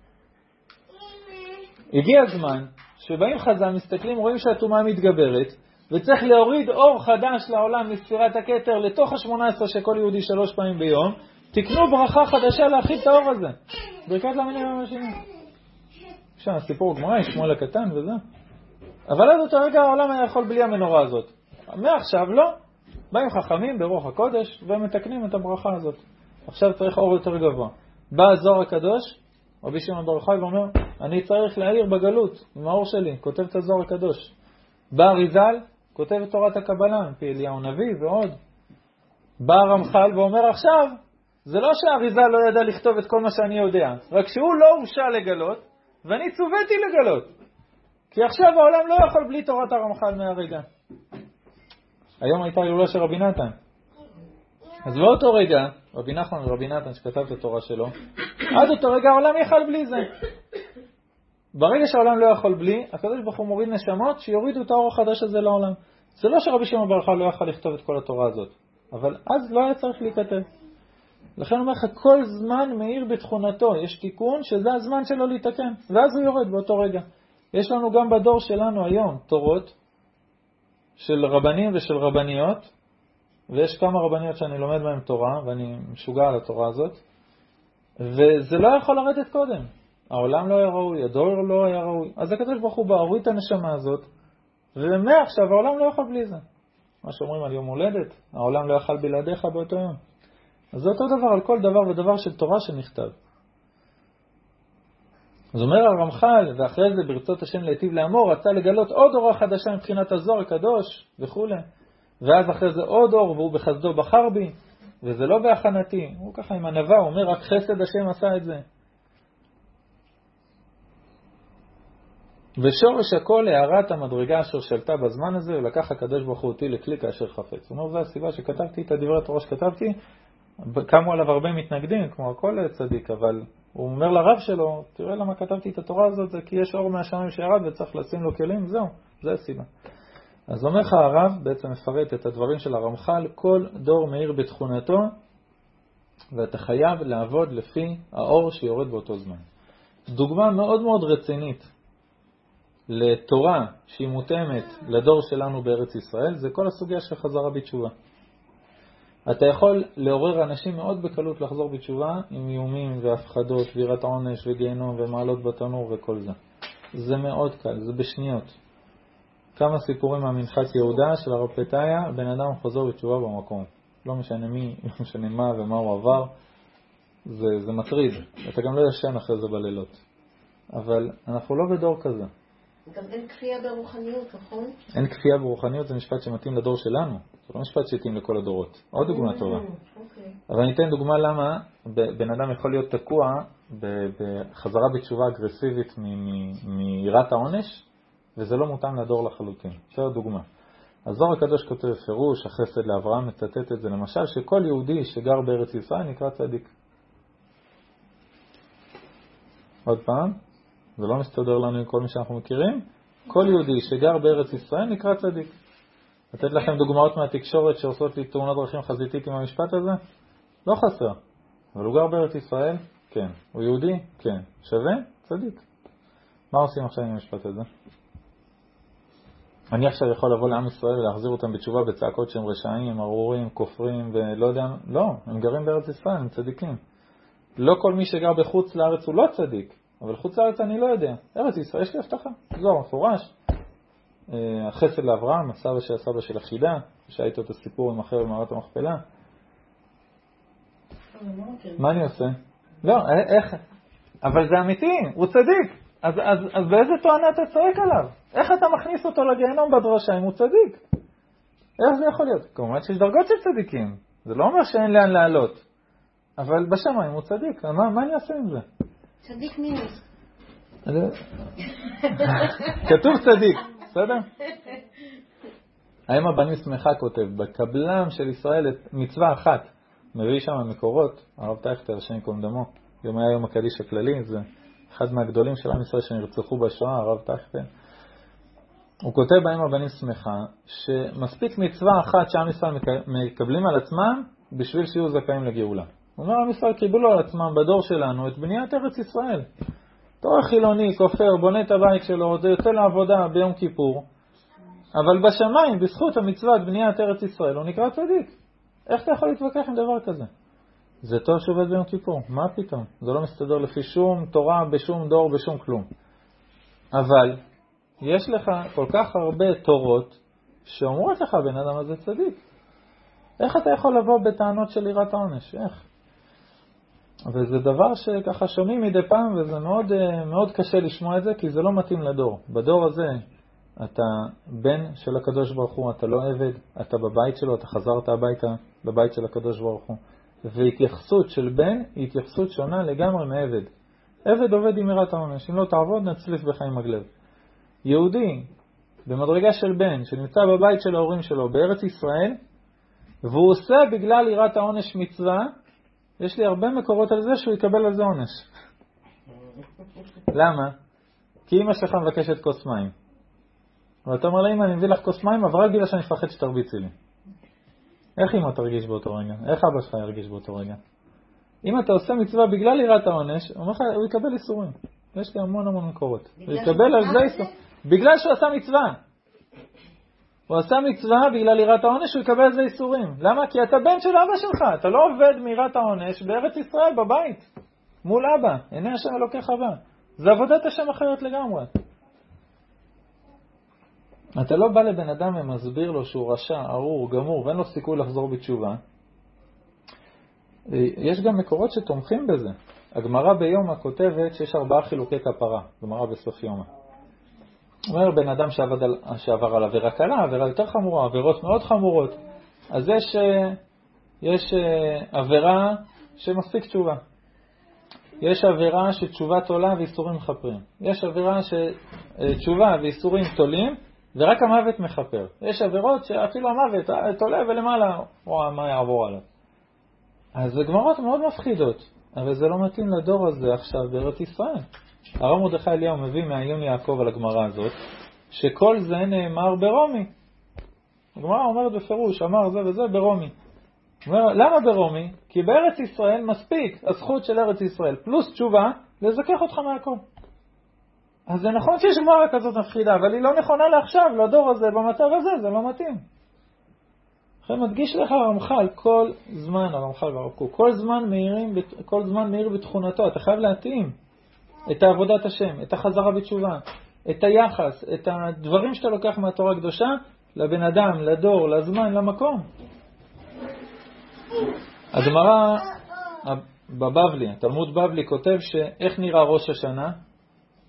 הגיע הזמן שבאים חז"ל, מסתכלים, רואים שהתאומה מתגברת, וצריך להוריד אור חדש לעולם מספירת הכתר לתוך ה-18 שכל יהודי 3 פעמים ביום, תקנו ברכה חדשה להכיל את האור הזה. ברכת למינים ולמלשינים. שם הסיפור גמרא, יש שמואל הקטן וזה. אבל עד אותו רגע העולם היה יכול בלי המנורה הזאת. מעכשיו לא. באים חכמים ברוח הקודש ומתקנים את הברכה הזאת. עכשיו צריך אור יותר גבוה. בא הזוהר הקדוש, רבי שמעון בר יוחאי, ואומר, אני צריך להעיר בגלות עם האור שלי, כותב את הזוהר הקדוש. בא אריז"ל, כותב את תורת הקבלה, מפי אליהו הנביא ועוד. בא הרמח"ל ואומר עכשיו, זה לא שהאריז"ל לא ידע לכתוב את כל מה שאני יודע, רק שהוא לא הורשה לגלות, ואני צוויתי לגלות. כי עכשיו העולם לא יכול בלי תורת הרמח"ל מהרגע. היום הייתה הילולה של רבי נתן. אז באותו רגע, רבי נחמן ורבי נתן שכתב את התורה שלו, עד אותו רגע העולם יכל בלי זה. ברגע שהעולם לא יכול בלי, הקדוש ברוך הוא מוריד נשמות שיורידו את האור החדש הזה לעולם. זה לא שרבי שמעון בר יוחאי לא יכול לכתוב את כל התורה הזאת, אבל אז לא היה צריך להיכתב. לכן אומר לך, כל זמן מאיר בתכונתו, יש תיקון שזה הזמן שלו להתקן, ואז הוא יורד באותו רגע. יש לנו גם בדור שלנו היום תורות של רבנים ושל רבניות, ויש כמה רבניות שאני לומד מהם תורה, ואני משוגע על התורה הזאת, וזה לא יכול לרדת קודם. העולם לא היה ראוי, הדור לא היה ראוי. אז הקדוש ברוך הוא בא, הוריד את הנשמה הזאת, ומעכשיו העולם לא יכול בלי זה. מה שאומרים על יום הולדת, העולם לא יכול בלעדיך באותו יום. אז זה אותו דבר על כל דבר ודבר של תורה שנכתב. אז אומר הרמח"ל, ואחרי זה ברצות השם להיטיב לאמור, רצה לגלות עוד אורה חדשה מבחינת הזוהר הקדוש וכו'. ואז אחרי זה עוד אור, והוא בחסדו בחר בי, וזה לא בהכנתי. הוא ככה עם ענווה, הוא אומר, רק חסד השם עשה את זה. ושורש הכל הערת המדרגה אשר שלטה בזמן הזה, ולקח הקדוש ברוך הוא אותי לכלי כאשר חפץ. הוא אומר, זו הסיבה שכתבתי את הדברי התורה שכתבתי, קמו עליו הרבה מתנגדים, כמו הכל צדיק, אבל הוא אומר לרב שלו, תראה למה כתבתי את התורה הזאת, זה כי יש אור מהשמיים שירד וצריך לשים לו כלים, זהו, זה הסיבה. אז אומר לך הרב, בעצם מפרט את הדברים של הרמח"ל, כל דור מאיר בתכונתו, ואתה חייב לעבוד לפי האור שיורד באותו זמן. דוגמה מאוד מאוד רצינית לתורה שהיא מותאמת לדור שלנו בארץ ישראל, זה כל הסוגיה של חזרה בתשובה. אתה יכול לעורר אנשים מאוד בקלות לחזור בתשובה עם איומים והפחדות, ויראת עונש וגיהנום ומעלות בתנור וכל זה. זה מאוד קל, זה בשניות. כמה סיפורים מהמנחת יהודה של הרב פתאיה, בן אדם חוזר בתשובה במקום. לא משנה מי, לא משנה מה ומה הוא עבר, זה מטריד. אתה גם לא ישן אחרי זה בלילות. אבל אנחנו לא בדור כזה. גם אין כפייה ברוחניות, נכון? אין כפייה ברוחניות, זה משפט שמתאים לדור שלנו. זה לא משפט שהתאים לכל הדורות. עוד דוגמה טובה. אבל אני אתן דוגמה למה בן אדם יכול להיות תקוע בחזרה בתשובה אגרסיבית מיראת העונש, וזה לא מותאם לדור לחלוטין. זו דוגמה. הזוהר הקדוש כותב פירוש, החסד לאברהם מצטט את זה, למשל שכל יהודי שגר בארץ ישראל נקרא צדיק. עוד פעם, זה לא מסתדר לנו עם כל מי שאנחנו מכירים. כל יהודי שגר בארץ ישראל נקרא צדיק. לתת לכם דוגמאות מהתקשורת שעושות לי תאונות דרכים חזיתית עם המשפט הזה? לא חסר. אבל הוא גר בארץ ישראל? כן. הוא יהודי? כן. שווה? צדיק. מה עושים עכשיו עם המשפט הזה? אני עכשיו יכול לבוא לעם ישראל ולהחזיר אותם בתשובה בצעקות שהם רשעים, ארורים, כופרים ולא יודע. לא, הם גרים בארץ ישראל, הם צדיקים. לא כל מי שגר בחוץ לארץ הוא לא צדיק. אבל חוץ לארץ אני לא יודע. ארץ ישראל יש לי הבטחה. זו מפורש. החסד לאברהם, הסבא של הסבא של החידה, שהיית את הסיפור עם אחר במערת המכפלה. מה אני עושה? לא, איך? אבל זה אמיתי, הוא צדיק. אז באיזה טוענה אתה צועק עליו? איך אתה מכניס אותו לגיהנום בדרשה אם הוא צדיק? איך זה יכול להיות? כמובן שיש דרגות של צדיקים. זה לא אומר שאין לאן לעלות. אבל בשמיים הוא צדיק. מה אני אעשה עם זה? צדיק מינוס. כתוב צדיק, בסדר? האם הבנים שמחה כותב, בקבלם של ישראל את מצווה אחת, מביא שם המקורות, הרב טייכטר, השם יקום דמו, יום היה יום הקדיש הכללי, זה אחד מהגדולים של עם ישראל שנרצחו בשואה, הרב טייכטר. הוא כותב בהם הבנים שמחה, שמספיק מצווה אחת שעם ישראל מקבלים על עצמם, בשביל שיהיו זכאים לגאולה. הוא אומר, עם ישראל קיבלו על עצמם בדור שלנו את בניית ארץ ישראל. תורה חילוני, כופר, בונה את הבית שלו, זה יוצא לעבודה ביום כיפור, אבל בשמיים, בזכות המצוות בניית ארץ ישראל, הוא נקרא צדיק. איך אתה יכול להתווכח עם דבר כזה? זה טוב שעובד ביום כיפור, מה פתאום? זה לא מסתדר לפי שום תורה, בשום דור, בשום כלום. אבל יש לך כל כך הרבה תורות שאומרות לך בן אדם הזה צדיק. איך אתה יכול לבוא בטענות של יראת העונש? איך? וזה דבר שככה שומעים מדי פעם, וזה מאוד, מאוד קשה לשמוע את זה, כי זה לא מתאים לדור. בדור הזה אתה בן של הקדוש ברוך הוא, אתה לא עבד, אתה בבית שלו, אתה חזרת הביתה בבית של הקדוש ברוך הוא. והתייחסות של בן היא התייחסות שונה לגמרי מעבד. עבד עובד עם יראת העונש, אם לא תעבוד נצליף בך עם מגלב. יהודי במדרגה של בן שנמצא בבית של ההורים שלו בארץ ישראל, והוא עושה בגלל יראת העונש מצווה, יש לי הרבה מקורות על זה שהוא יקבל על זה עונש. למה? כי אמא שלך מבקשת כוס מים. ואתה אומר לה, אמא, אני מביא לך כוס מים, אבל רק בגלל שאני מפחד שתרביצי לי. איך אמא תרגיש באותו רגע? איך אבא שלך ירגיש באותו רגע? אם אתה עושה מצווה בגלל יראת העונש, הוא יקבל איסורים. יש לי המון מקורות. הוא יקבל על זה איסורים. בגלל שהוא עשה מצווה. הוא עשה מצווה בגלל יראת העונש, הוא יקבל על זה איסורים. למה? כי אתה בן של אבא שלך. אתה לא עובד מיראת העונש בארץ ישראל, בבית. מול אבא. עיני השם אלוקיך בא. זה עבודת השם אחרת לגמרי. אתה לא בא לבן אדם ומסביר לו שהוא רשע, ארור, גמור, ואין לו סיכוי לחזור בתשובה. יש גם מקורות שתומכים בזה. הגמרא ביומא כותבת שיש 4 חילוקי כפרה. גמרא בסוף יומא. אומר בן אדם שעבר על עבירה קלה, עבירה יותר חמורה, עבירות מאוד חמורות. אז יש עבירה שמספיק תשובה. יש עבירה שתשובה תולה ואיסורים מחפרים. יש עבירה שתשובה ואיסורים תולים, ורק המוות מחפר. יש עבירות שאפילו המוות תולה ולמעלה, מה יעבור עליו. אז זה גמרות מאוד מפחידות, אבל זה לא מתאים לדור הזה עכשיו בארץ ישראל. הרב מרדכי אליהו מביא מעיון יעקב על הגמרא הזאת, שכל זה נאמר ברומי. הגמרא אומרת בפירוש, אמר זה וזה ברומי. אומר, למה ברומי? כי בארץ ישראל מספיק הזכות של ארץ ישראל, פלוס תשובה, לזכך אותך מהכל. אז זה נכון שיש גמרא כזאת מפחידה, אבל היא לא נכונה לעכשיו, לדור הזה, במצב הזה, זה לא מתאים. לכן מדגיש לך הרמח"ל, כל זמן, הרמח"ל והרב קוק, כל זמן מאיר בתכונתו, אתה חייב להתאים את עבודת השם, את החזרה בתשובה, את היחס, את הדברים שאתה לוקח מהתורה הקדושה, לבן אדם, לדור, לזמן, למקום. הגמרא בבבלי, תלמוד בבלי כותב שאיך נראה ראש השנה?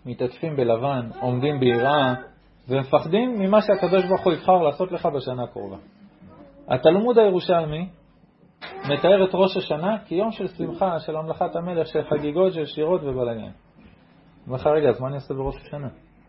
מתעטפים בלבן, עומדים ביראה, ומפחדים ממה שהקדוש ברוך הוא יבחר לעשות לך בשנה הקרובה. התלמוד הירושלמי מתאר את ראש השנה כיום של שמחה, של המלכת המלך, של חגיגות, של שירות ובלגן. אומר לך, רגע, אז מה אני עושה בראש השנה?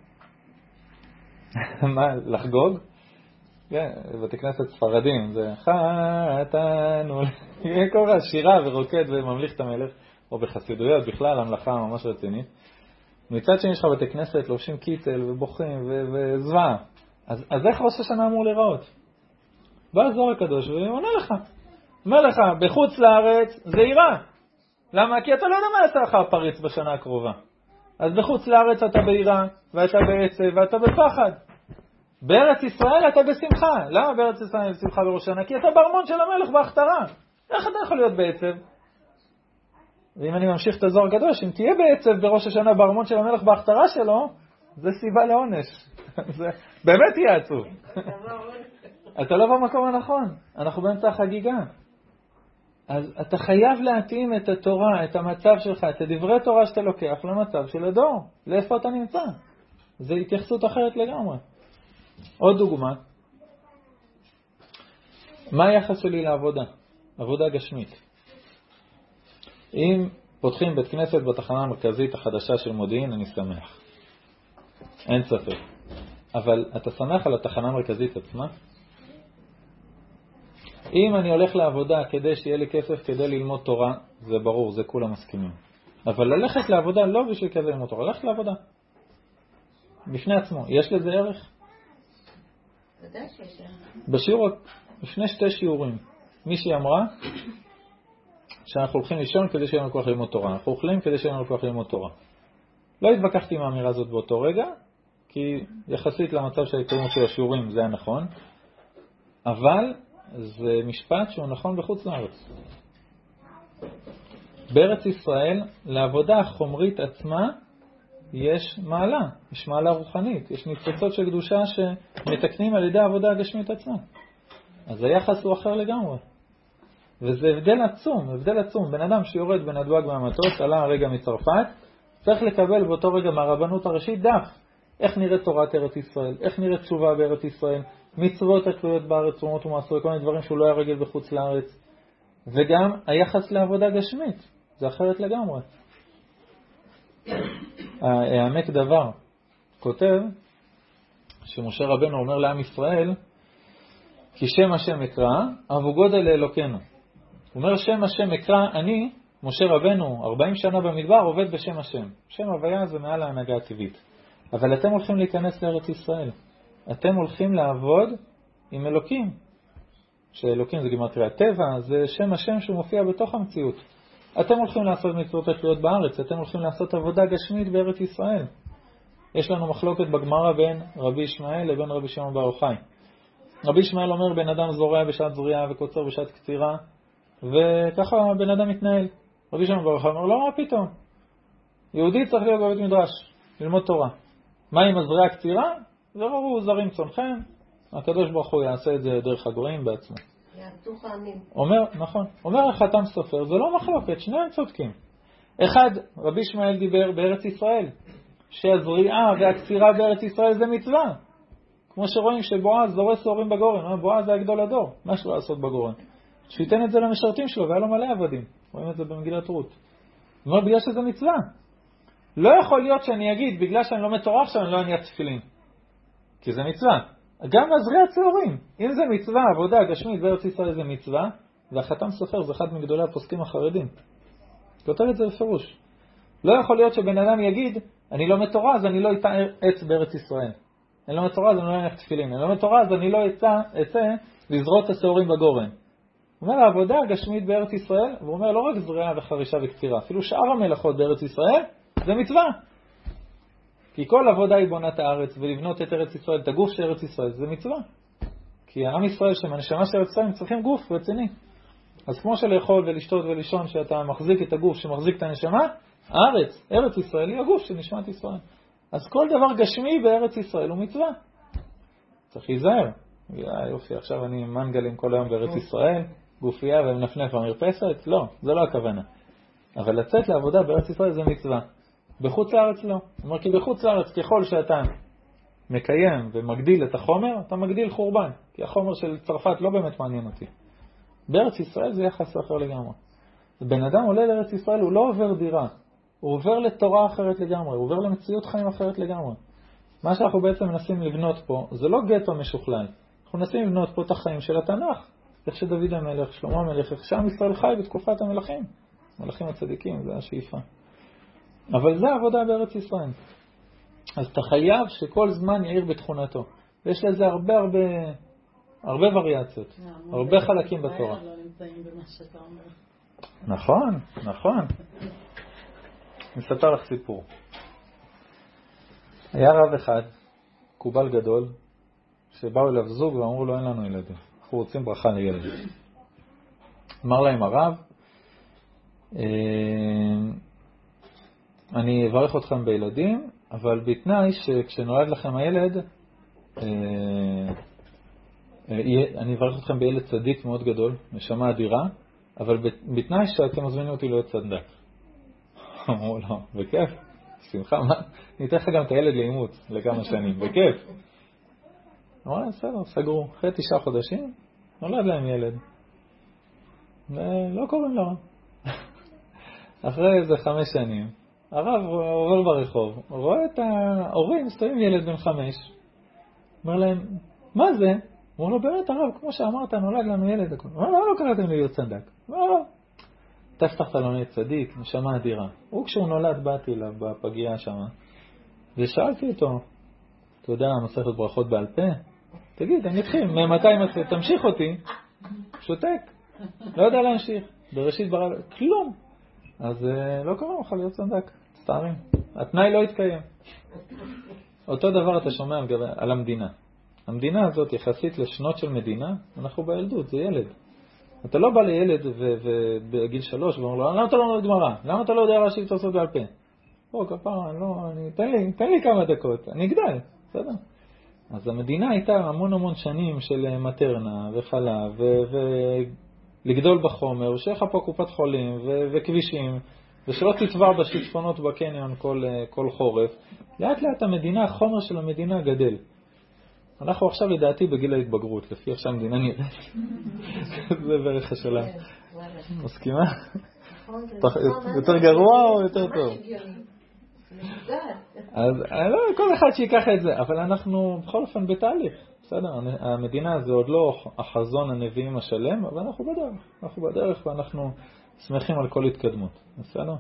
מה, לחגוג? כן, בתי כנסת ספרדים, זה חתנו, קורא שירה ורוקד וממליך את המלך, או בחסידויות בכלל, המלאכה ממש רצינית. מצד שני יש לך בתי כנסת, לובשים קיטל ובוכים וזוועה. אז איך ראש השנה אמור להיראות? בא הזוהר הקדוש ועונה לך. אומר לך, בחוץ לארץ זה יראה. למה? כי אתה לא יודע מה יעשה לך הפריץ בשנה הקרובה. אז בחוץ לארץ אתה ביראה, ואתה בעצב, ואתה בפחד. בארץ ישראל אתה בשמחה. למה בארץ ישראל בשמחה בראש השנה? כי אתה בארמון של המלך בהכתרה. איך אתה יכול להיות בעצב? ואם אני ממשיך את הזוהר הקדוש, אם תהיה בעצב בראש השנה בארמון של המלך בהכתרה שלו, זה סיבה לעונש. זה באמת יהיה עצוב. אתה לא במקום הנכון. אנחנו באמצע החגיגה. אז אתה חייב להתאים את התורה, את המצב שלך, את הדברי תורה שאתה לוקח למצב של הדור. לאיפה אתה נמצא? זו התייחסות אחרת לגמרי. עוד דוגמה. מה היחס שלי לעבודה? עבודה גשמית. אם פותחים בית כנסת בתחנה המרכזית החדשה של מודיעין, אני שמח. אין ספק. אבל אתה שמח על התחנה המרכזית עצמה? אם אני הולך לעבודה כדי שיהיה לי כסף כדי ללמוד תורה, זה ברור, זה כולם מסכימים. אבל ללכת לעבודה לא בשביל כזה ללמוד תורה, ללכת לעבודה. בפני עצמו. יש לזה ערך? ודאי שיש ערך. בשיעור, לפני 2 שיעורים, מישהי אמרה שאנחנו הולכים לישון כדי שיהיה לנו כוח ללמוד תורה. אנחנו אוכלים כדי שיהיה לנו כוח ללמוד תורה. לא התווכחתי עם האמירה הזאת באותו רגע, כי יחסית למצב של ההתקיימות של השיעורים זה היה נכון, אבל זה משפט שהוא נכון בחוץ לארץ. בארץ ישראל, לעבודה החומרית עצמה, יש מעלה, יש מעלה רוחנית, יש ניצוצות של קדושה שמתקנים על ידי העבודה הגשמית עצמה. אז היחס הוא אחר לגמרי. וזה הבדל עצום, הבדל עצום. בן אדם שיורד בנתב"ג מהמטוס, עלה הרגע מצרפת, צריך לקבל באותו רגע מהרבנות הראשית דף. איך נראית תורת ארץ ישראל, איך נראית תשובה בארץ ישראל, מצוות התלויות בארץ, תרומות ומעשרות, כל מיני דברים שהוא לא היה רגל בחוץ לארץ. וגם היחס לעבודה גשמית, זה אחרת לגמרי. העמק דבר כותב שמשה רבנו אומר לעם ישראל, כי שם השם אקרא, אבו גודל לאלוקנו. הוא אומר שם השם אקרא, אני, משה רבנו, 40 שנה במדבר עובד בשם השם. שם הוויה זה מעל ההנהגה הטבעית. אבל אתם הולכים להיכנס לארץ ישראל. אתם הולכים לעבוד עם אלוקים. שאלוקים זה גימטריה הטבע, זה שם השם שהוא מופיע בתוך המציאות. אתם הולכים לעשות מצוות התלויות בארץ, אתם הולכים לעשות עבודה גשמית בארץ ישראל. יש לנו מחלוקת בגמרא בין רבי ישמעאל לבין רבי שמעון בר יוחאי. רבי ישמעאל אומר בן אדם זורע בשעת זריעה וקוצר בשעת קצירה, וככה בן אדם מתנהל. רבי שמעון בר יוחאי אומר לא, מה פתאום? יהודי צריך להיות בבית מדרש, ללמוד תורה. מה עם הזריעה קצירה? זה ברור, זרים צונכם, הקדוש ברוך הוא יעשה את זה דרך הגויים בעצמו. יעבדוך העמים. אומר, נכון, אומר החתם סופר, זה לא מחלוקת, שניהם צודקים. אחד, רבי ישמעאל דיבר בארץ ישראל, שהזריעה והקצירה בארץ ישראל זה מצווה. כמו שרואים שבועז זורס שעורים בגורן, בועז זה הגדול הדור, מה שלא לעשות בגורן? שייתן את זה למשרתים שלו, והיה לו מלא עבדים. רואים את זה במגילת רות. הוא אומר, בגלל שזה מצווה. לא יכול להיות שאני אגיד, בגלל שאני לומד תורה עכשיו, אני לא אניח תפילין. כי זה מצווה. גם הזריעת שעורים. אם זה מצווה, עבודה גשמית בארץ ישראל זה מצווה, והחתם סופר זה אחד מגדולי הפוסקים החרדים. כותב את זה בפירוש. לא יכול להיות שבן אדם יגיד, אני לומד תורה, אז אני לא אצא עץ בארץ ישראל. אני לומד תורה, אז אני לא אניח תפילין. אני לומד תורה, אז אני לא אצא לזרות את השעורים בגורן. הוא אומר, העבודה הגשמית בארץ ישראל, והוא אומר, לא רק זריעה וחרישה וקצירה, אפילו שאר המלאכות בארץ ישראל, זה מצווה. כי כל עבודה היא בונת הארץ, ולבנות את ארץ ישראל, את הגוף של ארץ ישראל, זה מצווה. כי העם ישראל, שהנשמה של ארץ ישראל, הם צריכים גוף רציני. אז כמו שלאכול ולשתות ולישון, שאתה מחזיק את הגוף שמחזיק את הנשמה, הארץ, ארץ ישראל, היא הגוף של נשמת ישראל. אז כל דבר גשמי בארץ ישראל הוא מצווה. צריך להיזהר. יופי, עכשיו אני מנגלים כל היום בארץ ישראל, גופייה ומנפנף במרפסת. לא, זה לא הכוונה. אבל לצאת לעבודה בארץ ישראל זה מצווה. בחוץ לארץ לא. הוא אומר, כי בחוץ לארץ ככל שאתה מקיים ומגדיל את החומר, אתה מגדיל חורבן. כי החומר של צרפת לא באמת מעניין אותי. בארץ ישראל זה יחס אחר לגמרי. בן אדם עולה לארץ ישראל, הוא לא עובר דירה. הוא עובר לתורה אחרת לגמרי. הוא עובר למציאות חיים אחרת לגמרי. מה שאנחנו בעצם מנסים לבנות פה, זה לא גטו משוכלל. אנחנו מנסים לבנות פה את החיים של התנ"ך. איך שדוד המלך, שלמה המלך, איך שעם ישראל חי בתקופת המלכים. מלכים הצדיקים, זה השאיפה. אבל זה העבודה בארץ ישראל. אז אתה חייב שכל זמן יאיר בתכונתו. ויש לזה הרבה וריאציות. הרבה חלקים בתורה. נכון, נכון. אני אספר לך סיפור. היה רב אחד, קובל גדול, שבאו אליו זוג ואמרו לו, אין לנו ילדים. אנחנו רוצים ברכה לילד. אמר להם הרב, אני אברך אתכם בילדים, אבל בתנאי שכשנולד לכם הילד, אני אברך אתכם בילד צדיק מאוד גדול, נשמה אדירה, אבל בתנאי שאתם מזמינים אותי להיות צדק. אמרו לו, בכיף, שמחה, מה? אני אתן לך גם את הילד לאימוץ לכמה שנים, בכיף. אמרו להם, בסדר, סגרו. אחרי 9 חודשים, נולד להם ילד. ולא קוראים לו. אחרי איזה 5 שנים, הרב עובר ברחוב, רואה את ההורים, מסתובבים ילד בן 5. אומר להם, מה זה? אמרו לו, באמת הרב, כמו שאמרת, נולד לנו ילד. אמרו לו, לא קראתם לי להיות צדק. אמרו לו, תפתחת לו נהיה צדיק, נשמה אדירה. הוא כשהוא נולד, באתי לה בפגיעה שם, ושאלתי אותו, אתה יודע, מסכת ברכות בעל פה? תגיד, אני אתחיל, ממתי תמשיך אותי? שותק, לא יודע להמשיך. בראשית ברא, כלום. אז לא קוראים לך להיות צדק, סתרים. התנאי לא יתקיים. אותו דבר אתה שומע על המדינה. המדינה הזאת יחסית לשנות של מדינה, אנחנו בילדות, זה ילד. אתה לא בא לילד בגיל 3 ואומר לו, למה אתה לא לומד גמרא? למה אתה לא יודע להשיב תוספות בעל פה? בוא, כפרה, לא, תן לי כמה דקות, אני אגדל, בסדר? אז המדינה הייתה המון שנים של מטרנה וחלב ולגדול בחומר, ושיהיה לך פה קופת חולים וכבישים, ושלא תטבע בשיטפונות בקניון כל חורף. לאט לאט המדינה, החומר של המדינה גדל. אנחנו עכשיו לדעתי בגיל ההתבגרות, לפי עכשיו המדינה נראית. זה בערך השאלה. מסכימה? יותר גרוע או יותר טוב? אז כל אחד שיקח את זה, אבל אנחנו בכל אופן בתהליך. בסדר, המדינה זה עוד לא החזון הנביאים השלם, אבל אנחנו בדרך ואנחנו שמחים על כל התקדמות. בסדר?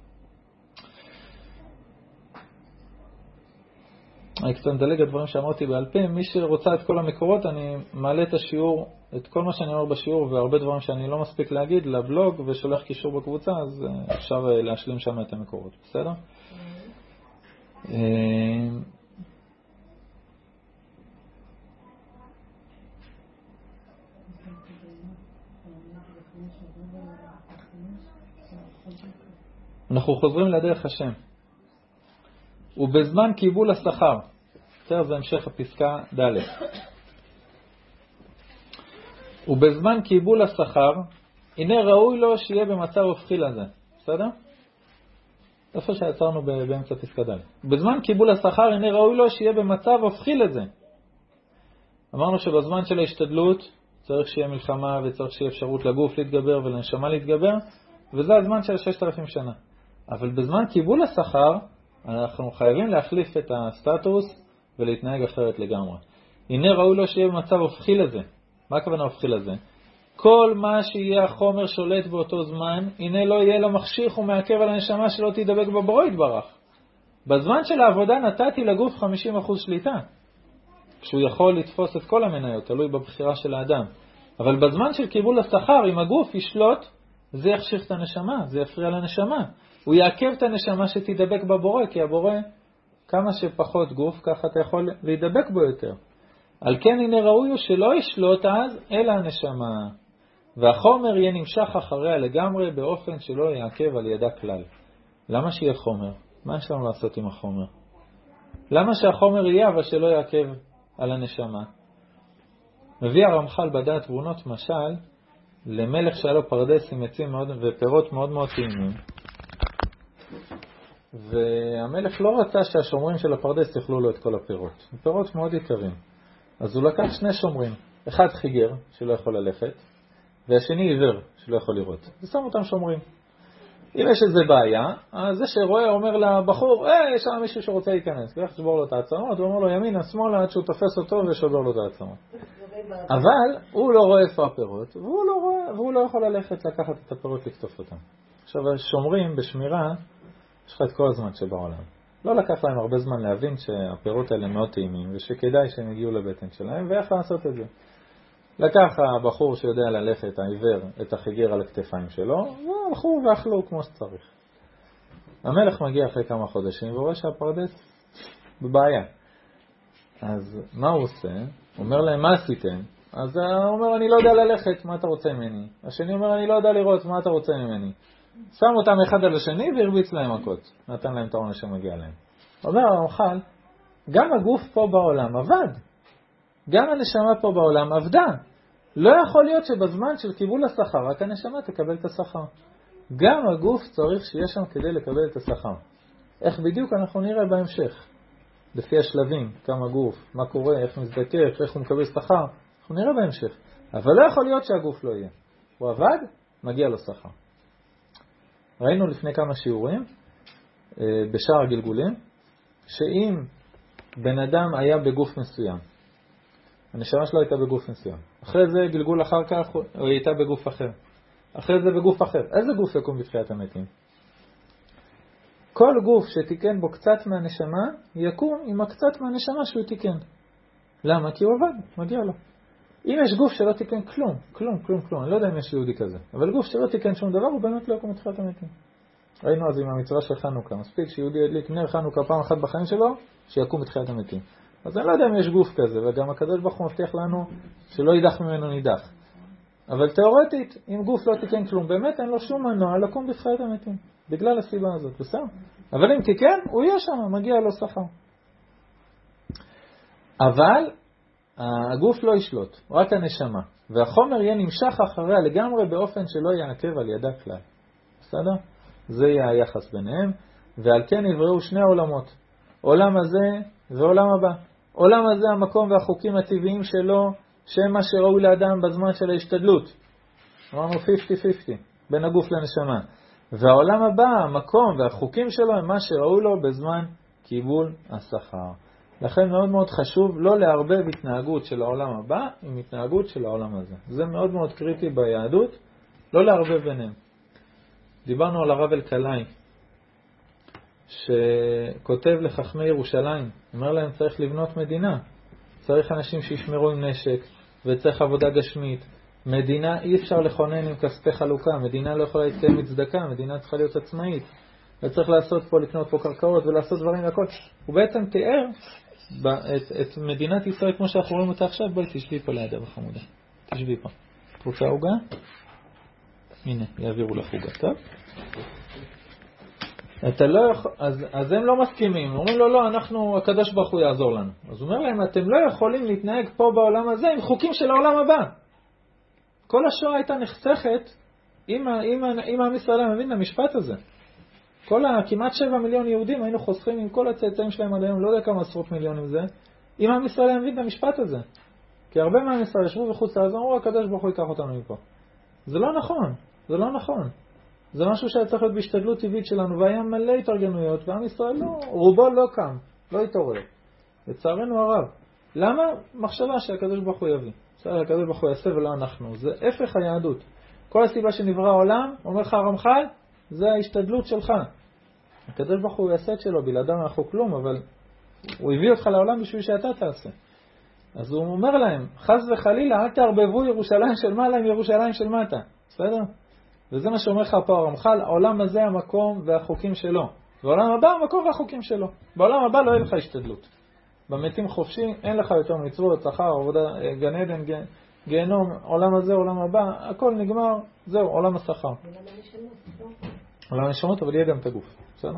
אני קצת מדלג הדברים שאמרתי בעל פה. מי שרוצה את כל המקורות, אני מעלה את השיעור, את כל מה שאני אומר בשיעור, והרבה דברים שאני לא מספיק להגיד לבלוג, ושולח קישור בקבוצה, אז אפשר להשלים שם את המקורות. בסדר? אנחנו חוזרים לדרך השם. ובזמן קיבול השכר, זה המשך הפסקה ד'. ובזמן קיבול השכר, הנה ראוי לו שיהיה במצב הופכי לזה. בסדר? איפה שיצרנו באמצע פסקה ד'. בזמן קיבול השכר, הנה ראוי לו שיהיה במצב הופכי לזה. אמרנו שבזמן של ההשתדלות צריך שיהיה מלחמה וצריך שיהיה אפשרות לגוף להתגבר ולנשמה להתגבר, וזה הזמן של 6,000 שנה. אבל בזמן קיבול השכר, אנחנו חייבים להחליף את הסטטוס ולהתנהג אחרת לגמרי. הנה ראוי לו שיהיה במצב הופכי לזה. מה הכוונה הופכי לזה? כל מה שיהיה החומר שולט באותו זמן, הנה לא יהיה לו מחשיך ומעכב על הנשמה שלא תדבק בבורא יתברך. בזמן של העבודה נתתי לגוף 50% שליטה, כשהוא יכול לתפוס את כל המניות, תלוי בבחירה של האדם. אבל בזמן של קיבול השכר, אם הגוף ישלוט, זה יחשיך את הנשמה, זה יפריע לנשמה. הוא יעכב את הנשמה שתדבק בבורא, כי הבורא, כמה שפחות גוף, ככה אתה יכול להידבק בו יותר. על כן הנה ראוי הוא שלא ישלוט אז, אלא הנשמה. והחומר יהיה נמשך אחריה לגמרי, באופן שלא יעכב על ידה כלל. למה שיהיה חומר? מה יש לנו לעשות עם החומר? למה שהחומר יהיה, אבל שלא יעכב על הנשמה? מביא הרמח"ל בדעת תבונות משל, למלך שהיה לו פרדס עם עצים מאוד, ופירות מאוד מאוד טעימים. והמלך לא רצה שהשומרים של הפרדס יאכלו לו את כל הפירות. הפירות מאוד יקרים. אז הוא לקח 2 שומרים, אחד חיגר שלא יכול ללכת, והשני עיוור שלא יכול לראות. ושם אותם שומרים. אם יש איזה בעיה, אז זה שרואה אומר לבחור, יש שם מישהו שרוצה להיכנס, כך שבור לו את העצמות, הוא אומר לו ימינה, שמאלה, עד שהוא תופס אותו ושובר לו את העצמות. אבל הוא לא רואה איפה הפירות, והוא לא יכול ללכת לקחת את הפירות לקטוף אותם. עכשיו, השומרים בשמירה, יש לך את כל הזמן שבעולם. לא לקח להם הרבה זמן להבין שהפירות האלה מאוד טעימים, ושכדאי שהם יגיעו לבטן שלהם, ואיך לעשות את זה. לקח הבחור שיודע ללכת, העיוור, את החיגר על הכתפיים שלו, והלכו ואכלו כמו שצריך. המלך מגיע אחרי כמה חודשים, ורואה שהפרדס בבעיה. אז מה הוא עושה? הוא אומר להם, מה עשיתם? אז הוא אומר, אני לא יודע ללכת, מה אתה רוצה ממני? השני אומר, אני לא יודע לראות, מה אתה רוצה ממני? שם אותם אחד על השני והרביץ להם מכות. נתן להם את העונש שמגיע להם. אומר הרמח"ל, גם הגוף פה בעולם עבד. גם הנשמה פה בעולם עבדה. לא יכול להיות שבזמן של קיבול השכר, רק הנשמה תקבל את השכר. גם הגוף צריך שיהיה שם כדי לקבל את השכר. איך בדיוק אנחנו נראה בהמשך. לפי השלבים, כמה גוף, מה קורה, איך מזדקף, איך הוא מקבל שכר. אנחנו נראה בהמשך. אבל לא יכול להיות שהגוף לא יהיה. הוא עבד, מגיע לו שכר. ראינו לפני כמה שיעורים, בשאר הגלגולים, שאם בן אדם היה בגוף מסוים, הנשמה שלו הייתה בגוף מסוים. אחרי זה גלגול אחר כך הוא הייתה בגוף אחר. אחרי זה בגוף אחר. איזה גוף יקום בתחיית המתים? כל גוף שתיקן בו קצת מהנשמה, יקום עם הקצת מהנשמה שהוא תיקן. למה? כי הוא עבד, מגיע לו. אם יש גוף שלא תיקן כלום, אני לא יודע אם יש יהודי כזה, אבל גוף שלא תיקן שום דבר, הוא באמת לא יקום בתחיית המתים. ראינו אז עם המצווה של חנוכה, מספיק שיהודי ידליק נר חנוכה פעם אחת בחיים שלו, שיקום בתחיית המתים. אז אני לא יודע אם יש גוף כזה, וגם הקדוש ברוך הוא מבטיח לנו שלא יידח ממנו נידח. אבל תיאורטית, אם גוף לא תיקן כלום, באמת אין לו שום מנוע לקום בתחיית המתים, בגלל הסיבה הזאת, בסדר? אבל אם תיקן, הוא יהיה שם, מגיע לו שכר. אבל הגוף לא ישלוט, רק הנשמה, והחומר יהיה נמשך אחריה לגמרי באופן שלא יעכב על ידה כלל. בסדר? זה יהיה היחס ביניהם, ועל כן יבראו 2 עולמות, עולם הזה ועולם הבא. עולם הזה המקום והחוקים הטבעיים שלו, שהם מה שראוי לאדם בזמן של ההשתדלות. אמרנו 50-50, בין הגוף לנשמה. והעולם הבא, המקום והחוקים שלו, הם מה שראוי לו בזמן קיבול השכר. לכן מאוד מאוד חשוב לא לערבב התנהגות של העולם הבא עם התנהגות של העולם הזה. זה מאוד מאוד קריטי ביהדות, לא לערבב ביניהם. דיברנו על הרב אלקלעי, שכותב לחכמי ירושלים, אומר להם צריך לבנות מדינה, צריך אנשים שישמרו עם נשק, וצריך עבודה גשמית. מדינה אי אפשר לכונן עם כספי חלוקה, מדינה לא יכולה להתקיים מצדקה, מדינה צריכה להיות עצמאית, וצריך לעשות פה, לקנות פה קרקעות ולעשות דברים והכל. הוא בעצם תיאר את מדינת ישראל כמו שאנחנו רואים אותה עכשיו. בואי תשבי פה לידה בחמודה, תשבי פה. רוצה עוגה? הנה, יעבירו לך עוגה, טוב? אתה לא יכול, אז הם לא מסכימים, אומרים לו לא, הקדוש ברוך הוא יעזור לנו. אז הוא אומר להם, אתם לא יכולים להתנהג פה בעולם הזה עם חוקים של העולם הבא. כל השואה הייתה נחסכת אם עם ישראל מבין למשפט הזה. כמעט 7 מיליון יהודים היינו חוסכים עם כל הצאצאים שלהם עד היום, לא יודע כמה עשרות מיליונים זה, אם עם ישראל מבין למשפט הזה. כי הרבה מעם ישראל ישבו בחוץ לארץ, אמרו, הקדוש ברוך הוא ייקח אותנו מפה. זה לא נכון, זה לא נכון. זה משהו שהיה צריך להיות בהשתדלות טבעית שלנו, והיה מלא התארגנויות, ועם ישראל לא, רובו לא קם, לא התעורר. לצערנו הרב. למה? מחשבה שהקדוש ברוך הוא יביא. הקדוש ברוך הוא יעשה ולא אנחנו. זה הפך היהדות. כל הסיבה שנברא העולם, אומר לך הרמח"ל, זה ההשתדלות שלך. הקדוש ברוך הוא יעשה את שלו, בלעדיו אנחנו כלום, אבל הוא הביא אותך לעולם בשביל שאתה תעשה. אז הוא אומר להם, חס וחלילה, אל תערבבו ירושלים של מעלה עם ירושלים של מטה. בסדר? וזה מה שאומר לך פה הרמח"ל, העולם הזה המקום והחוקים שלו. בעולם הבא המקום והחוקים שלו. בעולם הבא לא יהיה לך השתדלות. במתים חופשי אין לך יותר מצוות, שכר, עבודה, גן עדן, גיהנום, עולם הזה, עולם הבא, הכל נגמר, זהו, עולם השכר. עולם הנשמות, אבל יהיה גם את הגוף. בסדר?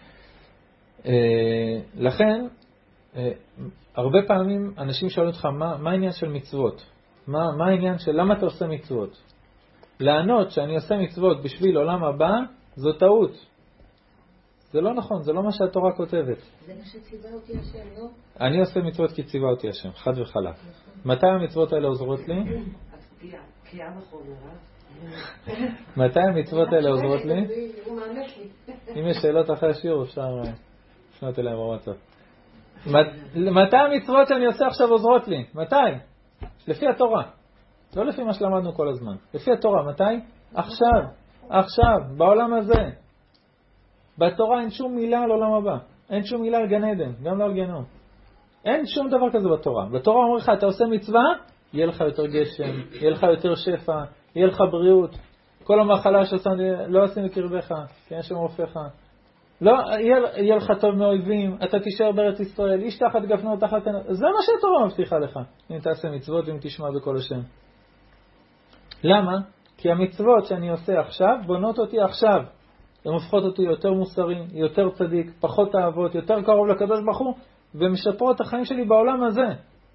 לכן, הרבה פעמים אנשים שואלים אותך, מה העניין של מצוות? מה העניין של למה אתה עושה מצוות? לענות שאני עושה מצוות בשביל עולם הבא, זו טעות. זה לא נכון, זה לא מה שהתורה כותבת. זה מה שציווה אותי השם, לא? אני עושה מצוות כי ציווה אותי השם, חד וחלק. מתי המצוות האלה עוזרות לי? קריאה בחומר, מתי המצוות האלה עוזרות לי? הוא מאמץ לי. אם יש שאלות אחרי השיעור אפשר לפנות אליהם בוואטסאפ. מתי המצוות שאני עושה עכשיו עוזרות לי? מתי? לפי התורה. לא לפי מה שלמדנו כל הזמן. לפי התורה, מתי? עכשיו. עכשיו, בעולם הזה. בתורה אין שום מילה על עולם הבא. אין שום מילה על גן עדן, גם לא על גיהנום. אין שום דבר כזה בתורה. בתורה אומר לך, אתה עושה מצווה, יהיה לך יותר גשם, יהיה לך יותר שפע, יהיה לך בריאות. כל המחלה לא עושים לקרבך, כי אין שם רופאך. לא, יהיה לך טוב מאויבים, אתה תישאר בארץ ישראל, איש תחת גפנו תחת... זה מה שהתורה מבטיחה לך, אם תעשה מצוות ואם תשמע בכל השם. למה? כי המצוות שאני עושה עכשיו, בונות אותי עכשיו. הן הופכות אותי יותר מוסרי, יותר צדיק, פחות אהבות, יותר קרוב לקדוש ברוך הוא, ומשפרות את החיים שלי בעולם הזה.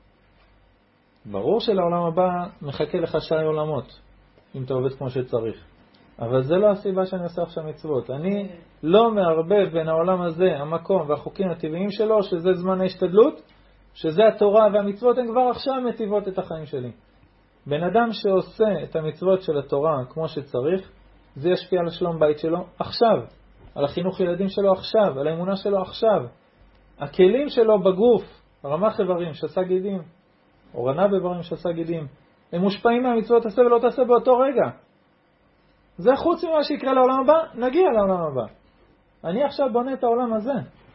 ברור שלעולם הבא מחכה לך שי עולמות, אם אתה עובד כמו שצריך. אבל זה לא הסיבה שאני עושה עכשיו מצוות. אני לא מערבב בין העולם הזה, המקום והחוקים הטבעיים שלו, שזה זמן ההשתדלות, שזה התורה והמצוות, הן כבר עכשיו מטיבות את החיים שלי. בן אדם שעושה את המצוות של התורה כמו שצריך, זה ישפיע על שלום בית שלו עכשיו, על החינוך ילדים שלו עכשיו, על האמונה שלו עכשיו. הכלים שלו בגוף, רמ"ח איברים שעשה גידים, או רנב איברים שעשה גידים, הם מושפעים מהמצוות תעשה ולא תעשה באותו רגע. זה חוץ ממה שיקרה לעולם הבא, נגיע לעולם הבא. אני עכשיו בונה את העולם הזה.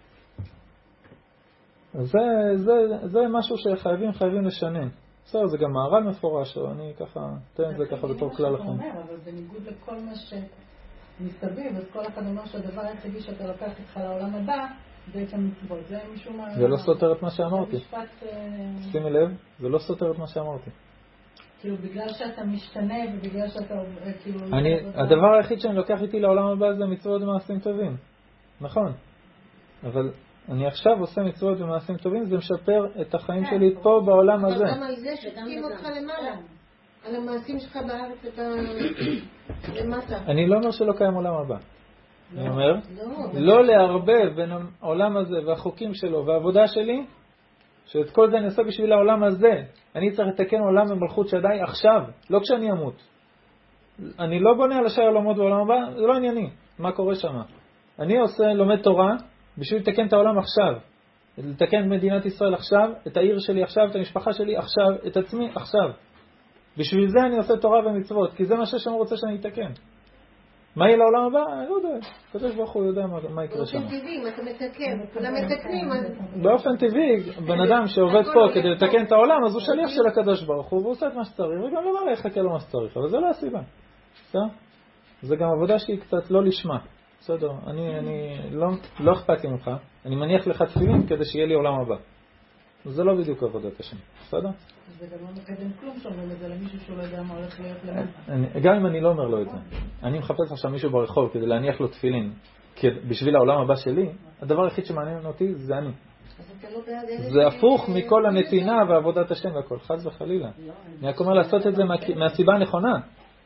זה משהו שחייבים לשנן. בסדר, זה גם מערל מפורש, אני ככה, תן את זה ככה בתור כלל לכם. אבל בניגוד לכל מה שמסביב, אז כל אחד אומר שהדבר היחידי שאתה לוקח איתך לעולם הבא, זה את המצוות. זה משום מה... זה לא סותר את מה שאמרתי. שימי לב, זה לא סותר את מה שאמרתי. כאילו, בגלל שאתה משתנה ובגלל שאתה... הדבר היחיד שאני לוקח איתי לעולם הבא זה מצוות ומעשים טובים. נכון. אבל אני עכשיו עושה מצוות ומעשים טובים, זה משפר את החיים שלי פה בעולם הזה. אבל גם על זה שתקים אותך למעלה. על המעשים שלך בארץ אתה למטה. אני לא אומר שלא קיים עולם הבא. אני אומר, לא לערבב בין העולם הזה והחוקים שלו והעבודה שלי, שאת כל זה אני עושה בשביל העולם הזה. אני צריך לתקן עולם ומלכות שדי עכשיו, לא כשאני אמות. אני לא בונה על השאר עולמות בעולם הבא, זה לא ענייני. מה קורה שם? אני לומד תורה בשביל לתקן את העולם עכשיו. לתקן את מדינת ישראל עכשיו, את העיר שלי עכשיו, את המשפחה שלי עכשיו, את עצמי עכשיו. בשביל זה אני עושה תורה ומצוות, כי זה מה שהשם רוצה שאני אתקן. מה יהיה לעולם הבא? אני לא יודע. הקדוש ברוך הוא יודע מה יקרה שם. באופן טבעי, אם אתה מתקן, כולם מתקנים. באופן טבעי, בן אדם שעובד פה כדי לתקן את העולם, אז הוא שליח של הקדוש ברוך הוא, והוא עושה את מה שצריך, וגם למעלה יחכה לו מה שצריך. אבל זה לא הסיבה. בסדר? זה גם עבודה שהיא קצת לא לשמה. בסדר? אני לא אכפת לי ממך. אני מניח לך תפילין כדי שיהיה לי עולם הבא. זה לא בדיוק עבודת השם. בסדר? זה גם לא מקדם כלום שאומרים את זה למישהו שהוא לא יודע מה הולך להיות למטה. גם אם אני לא אומר לו את זה. אני מחפש עכשיו מישהו ברחוב כדי להניח לו תפילין בשביל העולם הבא שלי, הדבר היחיד שמעניין אותי זה אני. זה הפוך מכל הנתינה ועבודת השם והכל. חס וחלילה. אני רק אומר לעשות את זה מהסיבה הנכונה.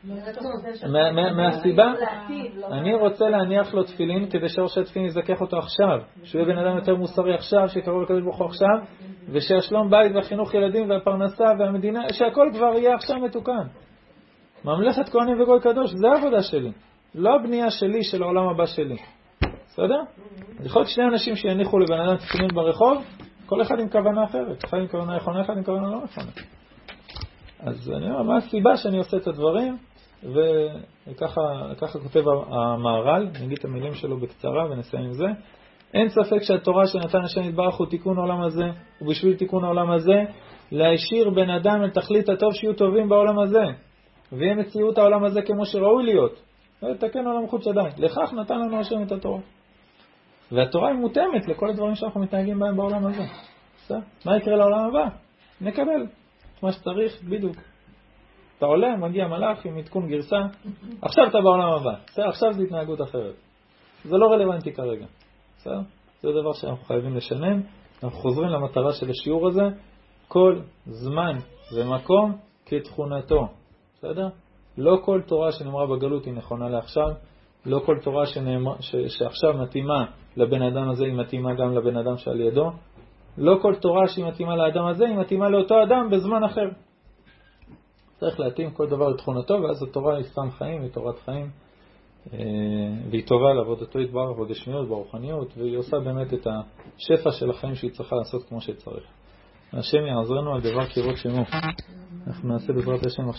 מהסיבה, אני רוצה להניח לו תפילין כדי שראש התפילין יזכח אותו עכשיו, שהוא יהיה בן אדם יותר מוסרי עכשיו, שיקרוב לקדוש ברוך הוא עכשיו, ושהשלום בית והחינוך ילדים והפרנסה והמדינה, שהכל כבר יהיה עכשיו מתוקן. ממלכת כהנים וגוי קדוש, זה העבודה שלי, לא הבנייה שלי של העולם הבא שלי. בסדר? יכול להיות שני אנשים שיניחו לבן אדם תפילין ברחוב, כל אחד עם כוונה אחרת, אחד עם כוונה נכונה, אחד עם כוונה לא נכונה. אז אני אומר, מה הסיבה שאני עושה את הדברים? וככה כותב המהר"ל, נגיד את המילים שלו בקצרה ונסיים עם זה. אין ספק שהתורה שנתן השם יתברך הוא תיקון העולם הזה, ובשביל תיקון העולם הזה, להישיר בן אדם אל תכלית הטוב שיהיו טובים בעולם הזה, ויהיה מציאות העולם הזה כמו שראוי להיות, ולתקן עולם חוץ שדי. לכך נתן לנו השם את התורה. והתורה היא מותאמת לכל הדברים שאנחנו מתנהגים בהם בעולם הזה. מה יקרה לעולם הבא? נקבל מה שצריך בדיוק. אתה עולה, מגיע מלאך עם עדכון גרסה, עכשיו אתה בעולם הבא. עכשיו זה התנהגות אחרת. זה לא רלוונטי כרגע. זה דבר שאנחנו חייבים לשנן. אנחנו חוזרים למטרה של השיעור הזה. כל זמן ומקום כתכונתו. בסדר? לא כל תורה שנאמרה בגלות היא נכונה לעכשיו. לא כל תורה שעכשיו מתאימה לבן אדם הזה היא מתאימה גם לבן אדם שעל ידו. לא כל תורה שהיא מתאימה לאדם הזה היא מתאימה לאותו אדם בזמן אחר. צריך להתאים כל דבר לתכונתו, ואז התורה היא סתם חיים, היא תורת חיים, והיא טובה לעבודתו יתברך בגשמיות, ברוחניות, והיא עושה באמת את השפע של החיים שהיא צריכה לעשות כמו שצריך. השם יעזרנו על דבר קירות שמו. אנחנו נעשה בעזרת השם